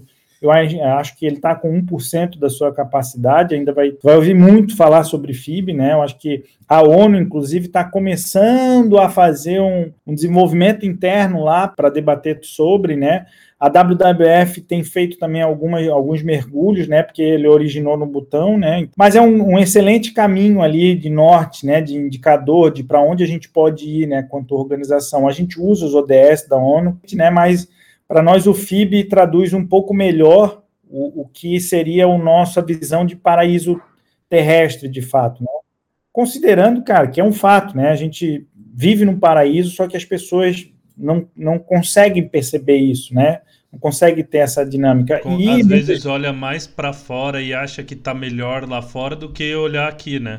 eu acho que ele está com um por cento da sua capacidade, ainda vai, vai ouvir muito falar sobre F I B, né? Eu acho que a ONU, inclusive, está começando a fazer um, um desenvolvimento interno lá para debater sobre, né? A W W F tem feito também algumas, alguns mergulhos, né? Porque ele originou no Butão, né? Mas é um, um excelente caminho ali de norte, né? De indicador de para onde a gente pode ir, né? Quanto à organização. A gente usa os O D S da ONU, né? Mas para nós o F I B traduz um pouco melhor o, o que seria a nossa visão de paraíso terrestre, de fato, né? Considerando, cara, que é um fato, né? A gente vive num paraíso, só que as pessoas não, não conseguem perceber isso, né? Não conseguem ter essa dinâmica. Com, e às vezes olha mais para fora e acha que está melhor lá fora do que olhar aqui, né?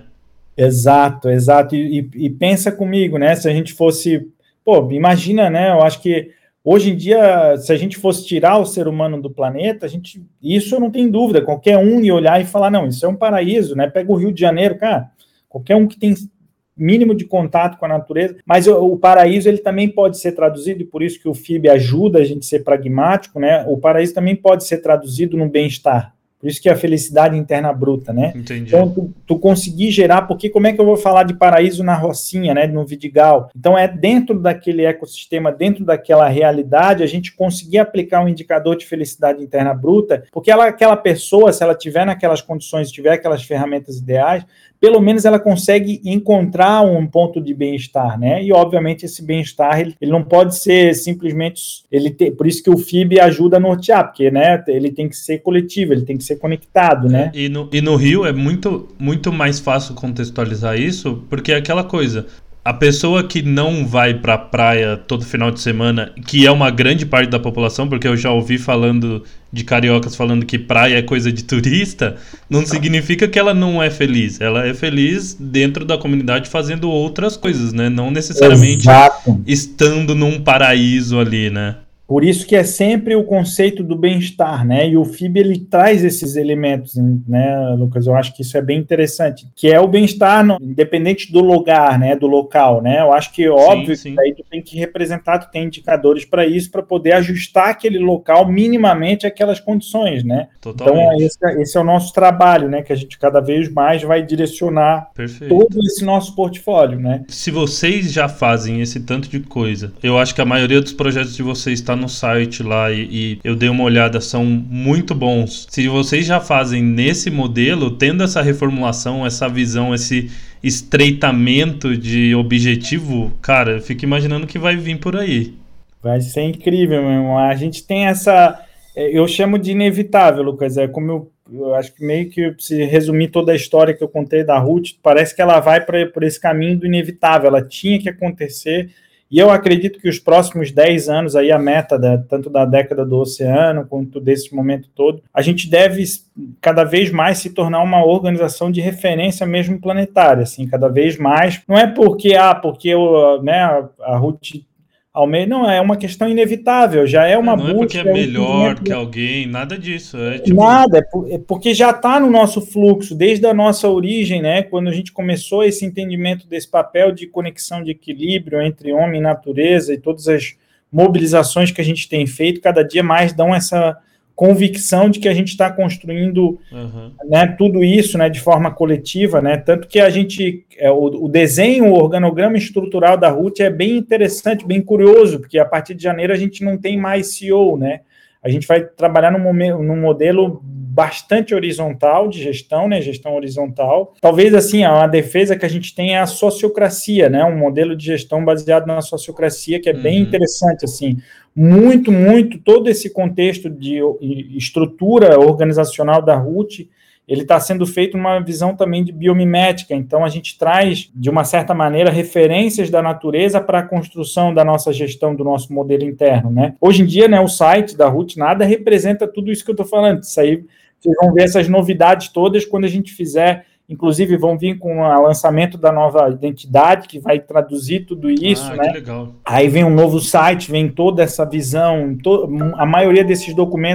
Exato, exato. E, e, e pensa comigo, né? Se a gente fosse... Pô, imagina, né? Eu acho que hoje em dia, se a gente fosse tirar o ser humano do planeta, a gente, isso não tem dúvida. Qualquer um ia olhar e falar, não, isso é um paraíso, né? Pega o Rio de Janeiro, cara. Qualquer um que tem mínimo de contato com a natureza, mas o, o paraíso ele também pode ser traduzido, e por isso que o F I B ajuda a gente a ser pragmático, né? O paraíso também pode ser traduzido no bem-estar. Por isso que é a felicidade interna bruta, né? Entendi. Então, tu, tu conseguir gerar, porque como é que eu vou falar de paraíso na Rocinha, né? No Vidigal? Então, é dentro daquele ecossistema, dentro daquela realidade, a gente conseguir aplicar um indicador de felicidade interna bruta, porque ela, aquela pessoa, se ela tiver naquelas condições, tiver aquelas ferramentas ideais, pelo menos ela consegue encontrar um ponto de bem-estar, né? E, obviamente, esse bem-estar, ele, ele não pode ser simplesmente... Ele tem, por isso que o F I B ajuda a nortear, porque, né, ele tem que ser coletivo, ele tem que ser conectado, né? É, e, no, e no Rio é muito, muito mais fácil contextualizar isso, porque é aquela coisa... A pessoa que não vai pra praia todo final de semana, que é uma grande parte da população, porque eu já ouvi falando de cariocas falando que praia é coisa de turista, não significa que ela não é feliz. Ela é feliz dentro da comunidade fazendo outras coisas, né? Não necessariamente Exato. Estando num paraíso ali, né? Por isso que é sempre o conceito do bem-estar, né? E o F I B, ele traz esses elementos, né, Lucas? Eu acho que isso é bem interessante, que é o bem-estar no, independente do lugar, né, do local, né? Eu acho que, óbvio, sim, sim. que aí tu tem que representar, tu tem indicadores para isso, para poder ajustar aquele local minimamente àquelas condições, né? Totalmente. Então, esse, esse é o nosso trabalho, né? Que a gente cada vez mais vai direcionar Perfeito. Todo esse nosso portfólio, né? Se vocês já fazem esse tanto de coisa, eu acho que a maioria dos projetos de vocês está no site lá e, e eu dei uma olhada, são muito bons. Se vocês já fazem nesse modelo, tendo essa reformulação, essa visão, esse estreitamento de objetivo, cara, eu fico imaginando que vai vir por aí. Vai ser incrível, meu irmão. A gente tem essa... Eu chamo de inevitável, Lucas. É como eu, eu acho que meio que se resumir toda a história que eu contei da Ruth, parece que ela vai pra, por esse caminho do inevitável. Ela tinha que acontecer. E eu acredito que os próximos dez anos, aí a meta da, tanto da década do oceano, quanto desse momento todo, a gente deve cada vez mais se tornar uma organização de referência mesmo planetária, assim, cada vez mais. Não é porque, ah, porque eu, né, a, a Ruth Almeida, não, é uma questão inevitável, já é uma é, não busca... Não é porque é melhor que alguém, nada disso. É tipo... Nada, é, por, é porque já está no nosso fluxo, desde a nossa origem, né, quando a gente começou esse entendimento desse papel de conexão, de equilíbrio entre homem e natureza e todas as mobilizações que a gente tem feito, cada dia mais dão essa convicção de que a gente está construindo uhum. né, tudo isso, né, de forma coletiva, né, tanto que a gente, é, o, o desenho, o organograma estrutural da Ruth é bem interessante, bem curioso, porque a partir de janeiro a gente não tem mais C E O, né, a gente vai trabalhar num, num modelo bastante horizontal de gestão, né, gestão horizontal. Talvez, assim, a defesa que a gente tem é a sociocracia, né, um modelo de gestão baseado na sociocracia, que é uhum. bem interessante, assim, muito, muito, todo esse contexto de estrutura organizacional da Ruth, ele está sendo feito numa visão também de biomimética, então a gente traz, de uma certa maneira, referências da natureza para a construção da nossa gestão, do nosso modelo interno, né? Hoje em dia, né, o site da Ruth nada representa tudo isso que eu estou falando, isso aí, vocês vão ver essas novidades todas quando a gente fizer, inclusive vão vir com o lançamento da nova identidade, que vai traduzir tudo isso, ah, né? Que legal. Aí vem um novo site, vem toda essa visão, to- a maioria desses documentos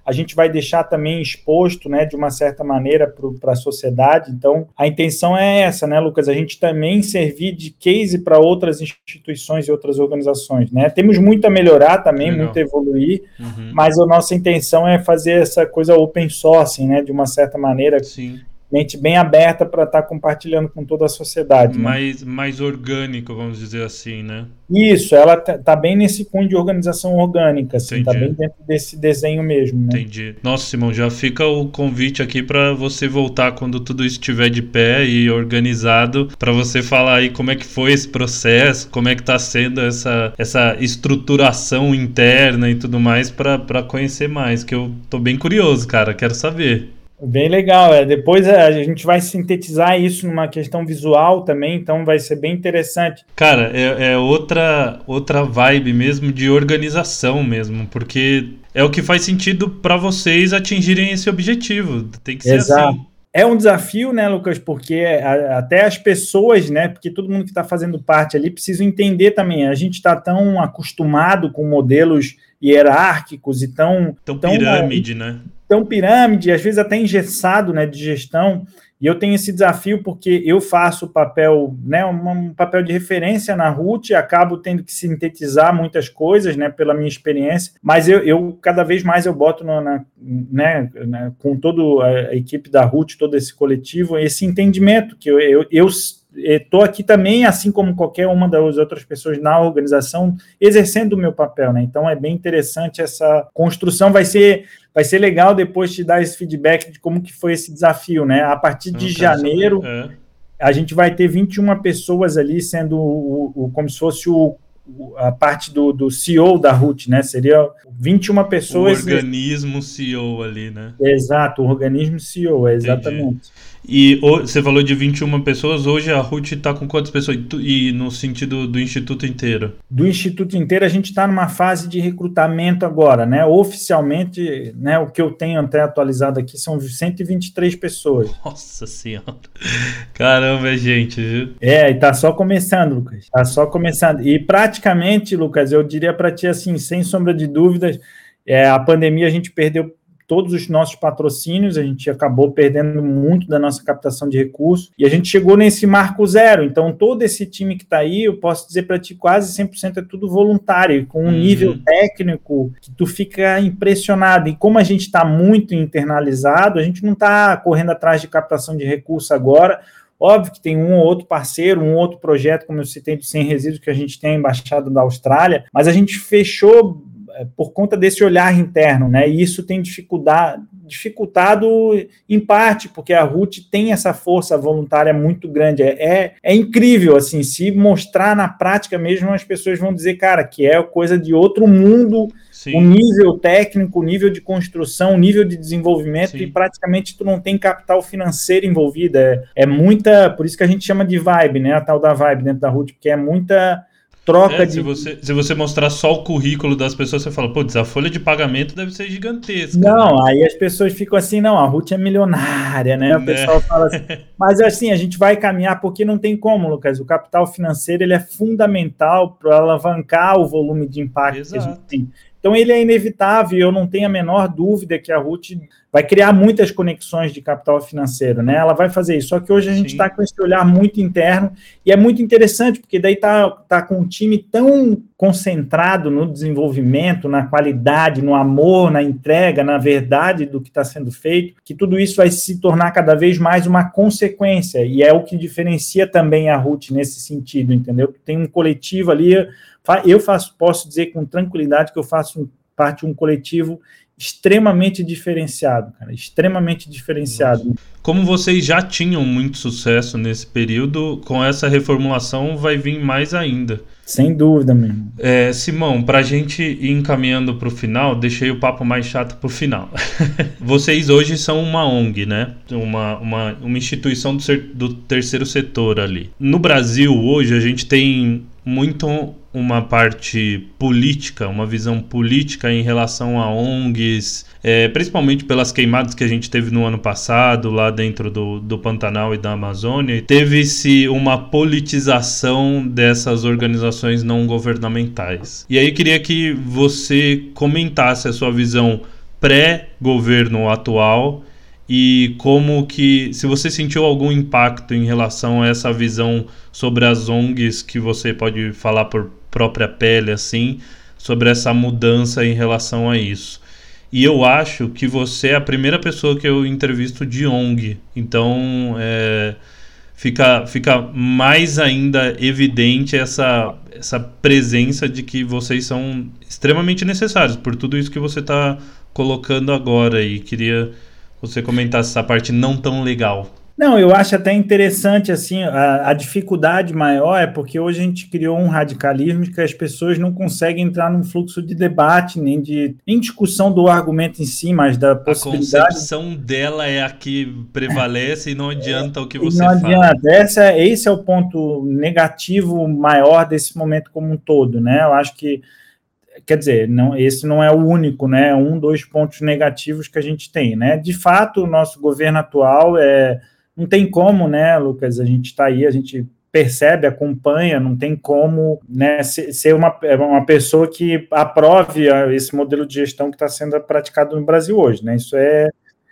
a gente vai deixar também exposto, né, de uma certa maneira para a sociedade. Então, a intenção é essa, né, Lucas? A gente também servir de case para outras instituições e outras organizações, né? Temos muito a melhorar também, Legal. muito a evoluir, uhum. mas a nossa intenção é fazer essa coisa open source, né, de uma certa maneira. Sim. Mente bem aberta para estar tá compartilhando com toda a sociedade. Mais, né? mais orgânico, vamos dizer assim, né? Isso, ela tá, tá bem nesse cunho de organização orgânica, assim, tá bem dentro desse desenho mesmo, né? Entendi. Nossa, Simão, já fica o convite aqui para você voltar quando tudo estiver de pé e organizado, para você falar aí como é que foi esse processo, como é que tá sendo essa, essa estruturação interna e tudo mais, para conhecer mais, que eu tô bem curioso, cara, quero saber. Bem legal, é. Depois a gente vai sintetizar isso numa questão visual também, então vai ser bem interessante. Cara, é, é outra, outra vibe mesmo de organização mesmo, porque é o que faz sentido para vocês atingirem esse objetivo, tem que ser Exato. assim. É um desafio, né, Lucas, porque a, até as pessoas, né, porque todo mundo que está fazendo parte ali precisa entender também, a gente está tão acostumado com modelos hierárquicos e tão... Tão, tão pirâmide, né? Tão pirâmide, às vezes até engessado, né, de gestão, e eu tenho esse desafio porque eu faço papel, né, um, um papel de referência na Root, acabo tendo que sintetizar muitas coisas, né, pela minha experiência, mas eu, eu cada vez mais eu boto no, na, né, na, com toda a equipe da Root, todo esse coletivo, esse entendimento que eu, eu, eu estou aqui também, assim como qualquer uma das outras pessoas na organização, exercendo o meu papel, né? Então é bem interessante essa construção, vai ser, vai ser legal depois te dar esse feedback de como que foi esse desafio, né? A partir de janeiro, é. a gente vai ter vinte e uma pessoas ali sendo o, o, como se fosse o, a parte do, do C E O da Root, né? Seria vinte e uma pessoas... O organismo C E O ali, né? Exato, o organismo C E O, exatamente. Entendi. E você falou de vinte e uma pessoas, hoje a Root está com quantas pessoas? E no sentido do Instituto inteiro? Do Instituto inteiro a gente está numa fase de recrutamento agora, né? Oficialmente, né, o que eu tenho até atualizado aqui são cento e vinte e três pessoas. Nossa Senhora! Caramba, gente, viu? É, e tá só começando, Lucas. Tá só começando. E praticamente, Lucas, eu diria para ti assim, sem sombra de dúvidas, é, a pandemia a gente perdeu todos os nossos patrocínios, a gente acabou perdendo muito da nossa captação de recursos, e a gente chegou nesse marco zero, então todo esse time que está aí, eu posso dizer para ti, quase cem por cento é tudo voluntário, com um uhum. nível técnico que tu fica impressionado, e como a gente está muito internalizado, a gente não está correndo atrás de captação de recursos agora. Óbvio que tem um ou outro parceiro, um ou outro projeto, como eu citei do Sem Resíduos, que a gente tem a Embaixada da Austrália, mas a gente fechou por conta desse olhar interno, né? E isso tem dificuldade, dificultado em parte, porque a Root tem essa força voluntária muito grande. É, é, é incrível, assim, se mostrar na prática mesmo, as pessoas vão dizer, cara, que é coisa de outro mundo, Sim. o nível técnico, o nível de construção, o nível de desenvolvimento, Sim. e praticamente tu não tem capital financeiro envolvido. É, é muita, por isso que a gente chama de vibe, né? A tal da vibe dentro da Root, porque é muita... troca é, de... Se você, se você mostrar só o currículo das pessoas, você fala, putz, a folha de pagamento deve ser gigantesca. Não, né? aí as pessoas ficam assim, não, a Root é milionária, né? O né? pessoal fala assim, mas assim, a gente vai caminhar porque não tem como, Lucas, o capital financeiro ele é fundamental para alavancar o volume de impacto Exato. que a gente tem. Então ele é inevitável, eu não tenho a menor dúvida que a Root vai criar muitas conexões de capital financeiro, né? Ela vai fazer isso, só que hoje a gente está com esse olhar muito interno e é muito interessante, porque daí está tá com um time tão concentrado no desenvolvimento, na qualidade, no amor, na entrega, na verdade do que está sendo feito, que tudo isso vai se tornar cada vez mais uma consequência, e é o que diferencia também a Root nesse sentido, entendeu? Tem um coletivo ali, eu faço, posso dizer com tranquilidade que eu faço parte de um coletivo extremamente diferenciado, cara, extremamente diferenciado. Como vocês já tinham muito sucesso nesse período, com essa reformulação vai vir mais ainda. Sem dúvida mesmo. É, Simão, pra gente ir encaminhando pro final, deixei o papo mais chato pro final. Vocês hoje são uma O N G, né? Uma, uma, uma instituição do, ser, do terceiro setor ali. No Brasil, hoje, a gente tem muito uma parte política, uma visão política em relação a O N Gs, é, principalmente pelas queimadas que a gente teve no ano passado, lá dentro do, do Pantanal e da Amazônia. Teve-se uma politização dessas organizações não governamentais. E aí queria que você comentasse a sua visão pré-governo atual e como que, se você sentiu algum impacto em relação a essa visão sobre as O N Gs, que você pode falar por própria pele, assim, sobre essa mudança em relação a isso. E eu acho que você é a primeira pessoa que eu entrevisto de O N G, então é, fica, fica mais ainda evidente essa, essa presença de que vocês são extremamente necessários por tudo isso que você está colocando agora, e queria que você comentasse essa parte não tão legal. Não, eu acho até interessante, assim, a, a dificuldade maior é porque hoje a gente criou um radicalismo que as pessoas não conseguem entrar num fluxo de debate, nem de nem discussão do argumento em si, mas da possibilidade... A concepção dela é a que prevalece é, e não adianta é, o que você não fala. Não adianta, Essa, esse é o ponto negativo maior desse momento como um todo, né? Eu acho que Quer dizer, não, esse não é o único, né? Um, dois pontos negativos que a gente tem, né? De fato, o nosso governo atual é, não tem como, né, Lucas? A gente está aí, a gente percebe, acompanha, não tem como, né, ser uma, uma pessoa que aprove esse modelo de gestão que está sendo praticado no Brasil hoje, né? Isso é,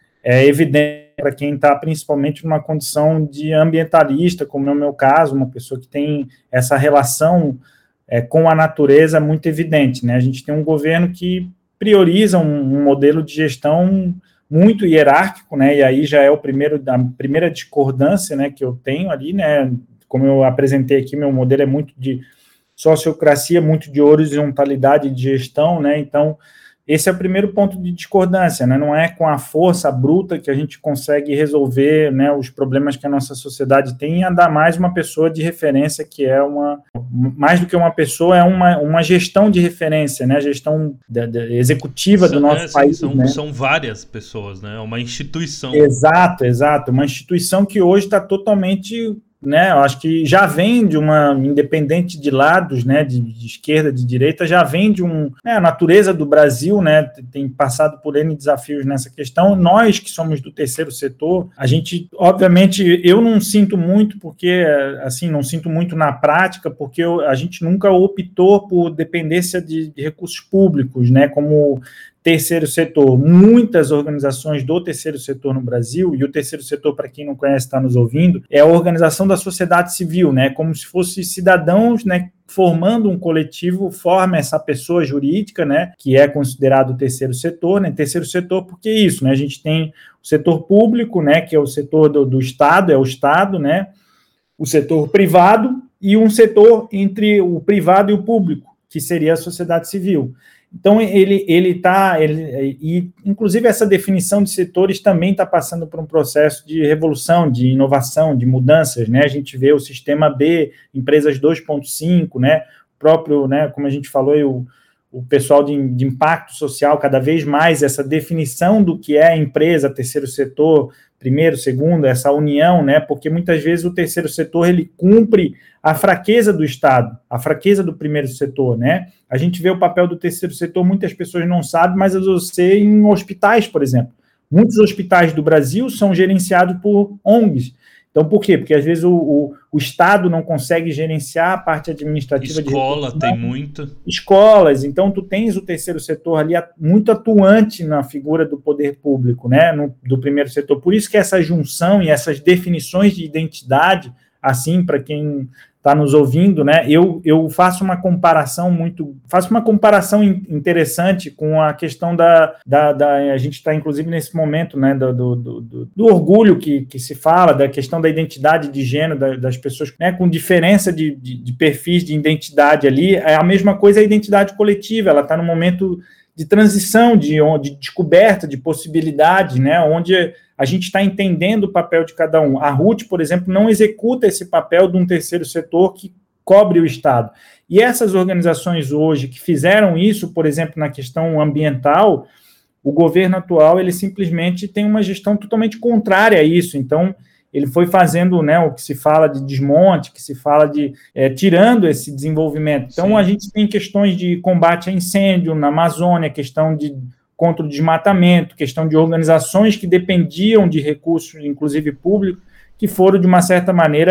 é evidente para quem está principalmente numa condição de ambientalista, como é o meu caso, uma pessoa que tem essa relação É, com a natureza muito evidente, né? A gente tem um governo que prioriza um, um modelo de gestão muito hierárquico, né? E aí já é o primeiro, a primeira discordância, né, que eu tenho ali, né? Como eu apresentei aqui, meu modelo é muito de sociocracia, muito de horizontalidade de gestão, né? Então, esse é o primeiro ponto de discordância, né? Não é com a força bruta que a gente consegue resolver, né, os problemas que a nossa sociedade tem, ainda mais uma pessoa de referência que é uma, mais do que uma pessoa, é uma, uma gestão de referência, né? A gestão da, da executiva são, do nosso é, país. São, né? são várias pessoas, né? Uma instituição. Exato, exato. Uma instituição que hoje está totalmente... Né, eu acho que já vem de uma, independente de lados, né, de, de esquerda, de direita, já vem de um, né, a natureza do Brasil, né, tem passado por N desafios nessa questão. Nós que somos do terceiro setor, a gente, obviamente, eu não sinto muito, porque, assim, não sinto muito na prática, porque eu, a gente nunca optou por dependência de, de recursos públicos, né, como terceiro setor. Muitas organizações do terceiro setor no Brasil, e o terceiro setor, para quem não conhece, está nos ouvindo, é a organização da sociedade civil, né, como se fosse cidadãos, né, formando um coletivo, forma essa pessoa jurídica, né, que é considerado o terceiro setor, né, terceiro setor porque é isso, né, a gente tem o setor público, né, que é o setor do, do Estado, é o Estado, né, o setor privado e um setor entre o privado e o público, que seria a sociedade civil. Então, ele está, ele, e inclusive essa definição de setores também está passando por um processo de revolução, de inovação, de mudanças, né? A gente vê o sistema B, empresas dois ponto cinco, né? O próprio, né, como a gente falou, o, o pessoal de, de impacto social, cada vez mais essa definição do que é empresa, terceiro setor, primeiro, segundo, essa união, né? Porque muitas vezes o terceiro setor ele cumpre a fraqueza do Estado, a fraqueza do primeiro setor, né? A gente vê o papel do terceiro setor, muitas pessoas não sabem, mas você em hospitais, por exemplo. Muitos hospitais do Brasil são gerenciados por O N Gs. Então, por quê? Porque, às vezes, o, o, o Estado não consegue gerenciar a parte administrativa. Escola de tem muito. Escolas. Então, tu tens o terceiro setor ali muito atuante na figura do poder público, né? No, do primeiro setor. Por isso que essa junção e essas definições de identidade, assim, para quem está nos ouvindo, né? Eu, eu faço uma comparação muito, faço uma comparação interessante com a questão da, da, da a gente está inclusive nesse momento, né? Do, do, do, do orgulho que, que se fala, da questão da identidade de gênero da, das pessoas, né? Com diferença de, de, de perfis de identidade ali, é a mesma coisa a identidade coletiva, ela está no momento de transição, de, de descoberta, de possibilidade, né? Onde a gente está entendendo o papel de cada um. A Ruth, por exemplo, não executa esse papel de um terceiro setor que cobre o Estado. E essas organizações hoje que fizeram isso, por exemplo, na questão ambiental, o governo atual, ele simplesmente tem uma gestão totalmente contrária a isso. Então, ele foi fazendo, né, o que se fala de desmonte, que se fala de é, tirando esse desenvolvimento. Então, Sim. a gente tem questões de combate a incêndio na Amazônia, questão de contra o desmatamento, questão de organizações que dependiam de recursos, inclusive públicos, que foram, de uma certa maneira,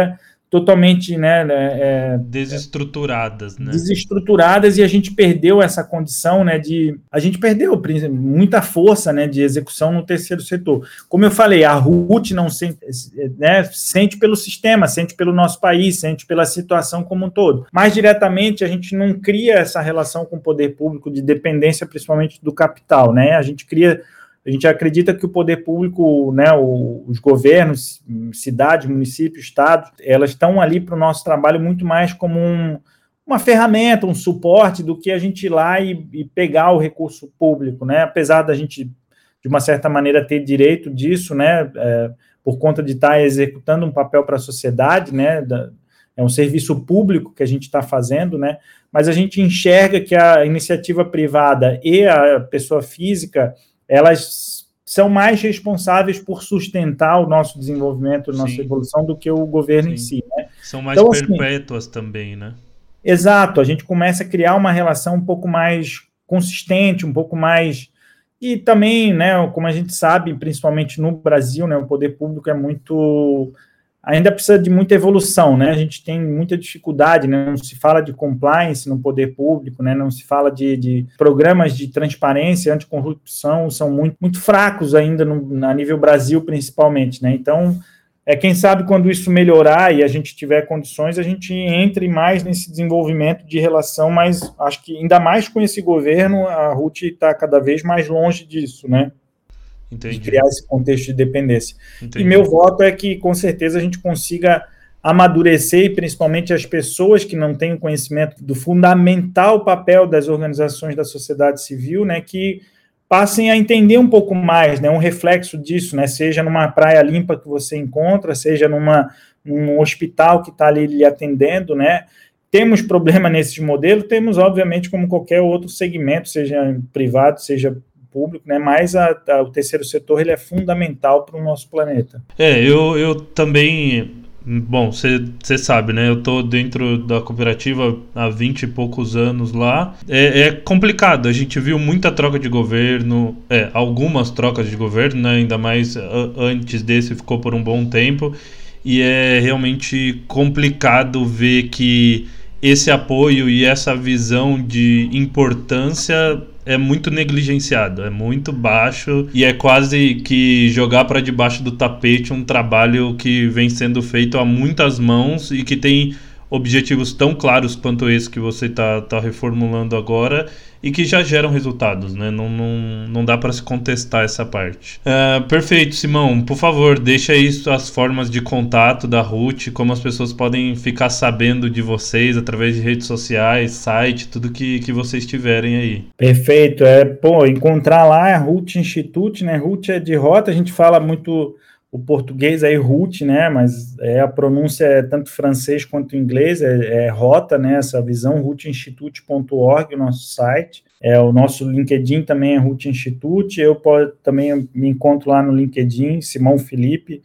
totalmente, né, é, desestruturadas, né? Desestruturadas, e a gente perdeu essa condição, né, de a gente perdeu muita força, né, de execução no terceiro setor. Como eu falei, a R U T não sente, né, sente pelo sistema, sente pelo nosso país, sente pela situação como um todo. Mais diretamente, a gente não cria essa relação com o poder público de dependência, principalmente do capital, né? A gente cria A gente acredita que o poder público, né, os governos, cidades, municípios, estados, elas estão ali para o nosso trabalho muito mais como um, uma ferramenta, um suporte, do que a gente ir lá e, e pegar o recurso público, né? Apesar da gente, de uma certa maneira, ter direito disso, né, é, por conta de estar executando um papel para a sociedade, né, da, é um serviço público que a gente está fazendo, né? Mas a gente enxerga que a iniciativa privada e a pessoa física, elas são mais responsáveis por sustentar o nosso desenvolvimento, a nossa Sim. evolução, do que o governo Sim. em si, né? São mais então, perpétuas assim, também, né? Exato, a gente começa a criar uma relação um pouco mais consistente, um pouco mais... E também, né, como a gente sabe, principalmente no Brasil, né, o poder público é muito... ainda precisa de muita evolução, né? A gente tem muita dificuldade, né? Não se fala de compliance no poder público, né? Não se fala de, de programas de transparência, anticorrupção, são muito, muito fracos ainda no, a nível Brasil, principalmente, né? Então, é, quem sabe quando isso melhorar e a gente tiver condições, a gente entre mais nesse desenvolvimento de relação, mas acho que ainda mais com esse governo, a R U T está cada vez mais longe disso, né? Entendi. De criar esse contexto de dependência. Entendi. E meu voto é que, com certeza, a gente consiga amadurecer, e principalmente as pessoas que não têm conhecimento do fundamental papel das organizações da sociedade civil, né, que passem a entender um pouco mais, né, um reflexo disso, né, seja numa praia limpa que você encontra, seja numa, num hospital que está ali lhe atendendo, né. Temos problema nesses modelos, temos, obviamente, como qualquer outro segmento, seja privado, seja público, né? Mas a, a, o terceiro setor, ele é fundamental para o nosso planeta. É, eu, eu também, bom, você sabe, né? Eu tô dentro da cooperativa há vinte e poucos anos lá. É, é complicado, a gente viu muita troca de governo, é, algumas trocas de governo, né? Ainda mais a, antes desse, ficou por um bom tempo, e é realmente complicado ver que esse apoio e essa visão de importância é muito negligenciado, é muito baixo, e é quase que jogar para debaixo do tapete um trabalho que vem sendo feito a muitas mãos e que tem objetivos tão claros quanto esse que você está tá reformulando agora, e que já geram resultados, né? Não, não, não dá para se contestar essa parte. Uh, perfeito, Simão. Por favor, deixa aí as formas de contato da R U T, como as pessoas podem ficar sabendo de vocês através de redes sociais, site, tudo que, que vocês tiverem aí. Perfeito. É, pô, encontrar lá é R U T Institute, né? R U T é de rota, a gente fala muito o português aí, R U T, né? Mas é, a pronúncia é tanto francês quanto inglês, é, é rota, né? Essa visão, R U T institute ponto org, o nosso site. É, o nosso LinkedIn também é R U T Institute. Eu pode, também me encontro lá no LinkedIn, Simão Felipe.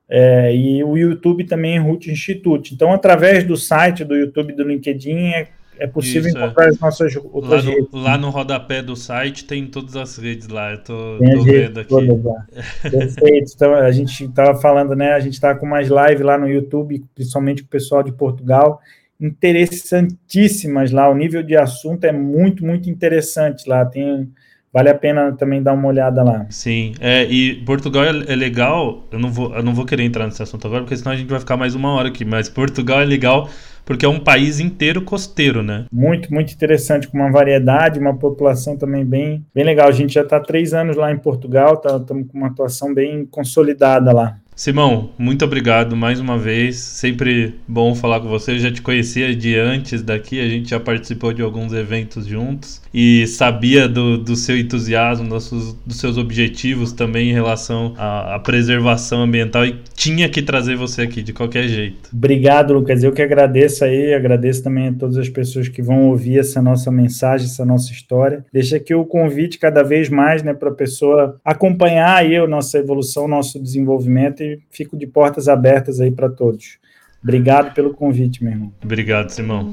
É, e o YouTube também é R U T Institute. Então, através do site, do YouTube e do LinkedIn, é É possível Isso, encontrar é. as nossas outras lá no, redes. Lá no rodapé do site tem todas as redes lá, eu tô, tem tô vendo aqui. Todas lá. Perfeito. Então, a gente estava falando, né? A gente está com mais live lá no YouTube, principalmente com o pessoal de Portugal, interessantíssimas lá. O nível de assunto é muito, muito interessante lá. Tem, vale a pena também dar uma olhada lá. Sim, é, e Portugal é, é legal. Eu não, vou, eu não vou querer entrar nesse assunto agora, porque senão a gente vai ficar mais uma hora aqui. Mas Portugal é legal porque é um país inteiro costeiro, né? Muito, muito interessante, com uma variedade, uma população também bem, bem legal. A gente já está há três anos lá em Portugal, estamos tá, com uma atuação bem consolidada lá. Simão, muito obrigado mais uma vez, sempre bom falar com você, eu já te conhecia de antes daqui, a gente já participou de alguns eventos juntos e sabia do, do seu entusiasmo, dos seus, dos seus objetivos também em relação à, à preservação ambiental, e tinha que trazer você aqui de qualquer jeito. Obrigado, Lucas, eu que agradeço aí, agradeço também a todas as pessoas que vão ouvir essa nossa mensagem, essa nossa história. Deixa aqui o convite cada vez mais, né, para a pessoa acompanhar aí a nossa evolução, nosso desenvolvimento, e fico de portas abertas aí para todos. Obrigado pelo convite, meu irmão. Obrigado, Simão.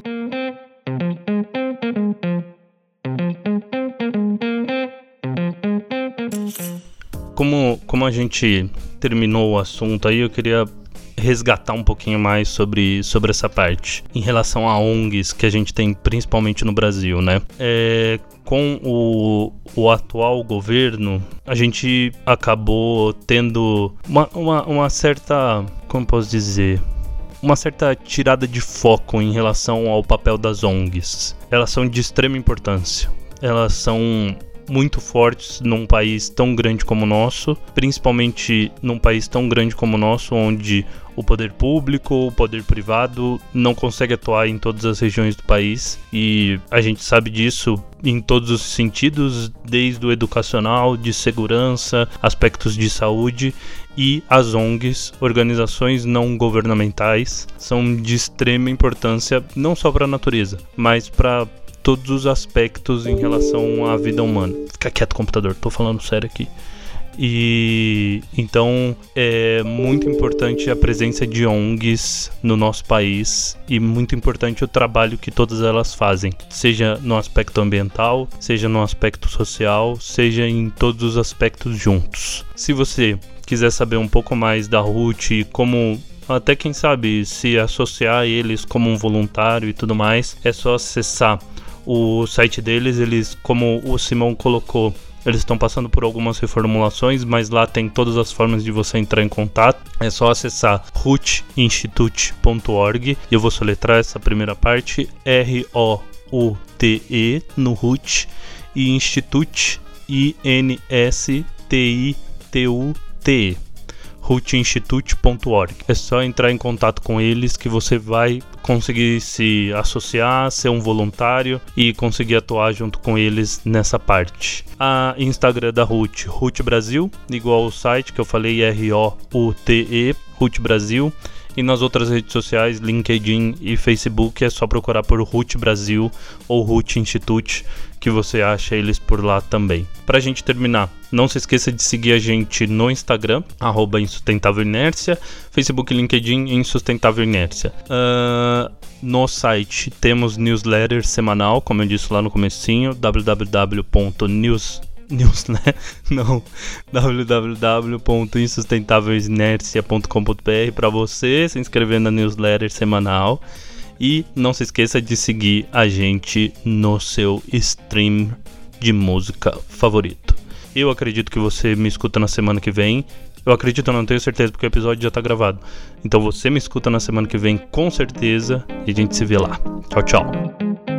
Como, como a gente terminou o assunto aí, eu queria resgatar um pouquinho mais sobre, sobre essa parte, em relação a O N Gs que a gente tem principalmente no Brasil, né? É, com o, o atual governo, a gente acabou tendo uma, uma, uma certa, como posso dizer, uma certa tirada de foco em relação ao papel das O N Gs. Elas são de extrema importância. Elas são muito fortes num país tão grande como o nosso, principalmente num país tão grande como o nosso, onde o poder público, o poder privado não consegue atuar em todas as regiões do país, e a gente sabe disso em todos os sentidos, desde o educacional, de segurança, aspectos de saúde. E as O N Gs, organizações não governamentais, são de extrema importância não só para a natureza, mas para todos os aspectos em relação à vida humana. Fica quieto, computador, tô falando sério aqui. E então é muito importante a presença de O N Gs no nosso país, e muito importante o trabalho que todas elas fazem, seja no aspecto ambiental, seja no aspecto social, seja em todos os aspectos juntos. Se você quiser saber um pouco mais da Ruth e como, até quem sabe, se associar a eles como um voluntário e tudo mais, é só acessar o site deles. Eles, como o Simão colocou, eles estão passando por algumas reformulações, mas lá tem todas as formas de você entrar em contato. É só acessar ruth institute ponto org, e eu vou soletrar essa primeira parte, R O U T E no Ruth, e Institute, I N S T I T U T E, ruth institute ponto org. É só entrar em contato com eles que você vai conseguir se associar, ser um voluntário e conseguir atuar junto com eles nessa parte. A Instagram da Ruth, Ruth Brasil, igual o site que eu falei, R O U T E, Ruth Brasil. E nas outras redes sociais, LinkedIn e Facebook, é só procurar por Ruth Brasil ou Ruth Institute, que você acha eles por lá também. Pra gente terminar, não se esqueça de seguir a gente no Instagram, arroba Insustentável Inércia, Facebook e LinkedIn Insustentável Inércia. Uh, no site temos newsletter semanal, como eu disse lá no comecinho, w w w ponto news News, né? Não, w w w ponto insustentável inércia ponto com ponto b r para você se inscrever na newsletter semanal. E não se esqueça de seguir a gente no seu stream de música favorito. Eu acredito que você me escuta na semana que vem. Eu acredito, eu não tenho certeza, porque o episódio já tá gravado. Então você me escuta na semana que vem com certeza, e a gente se vê lá. Tchau, tchau.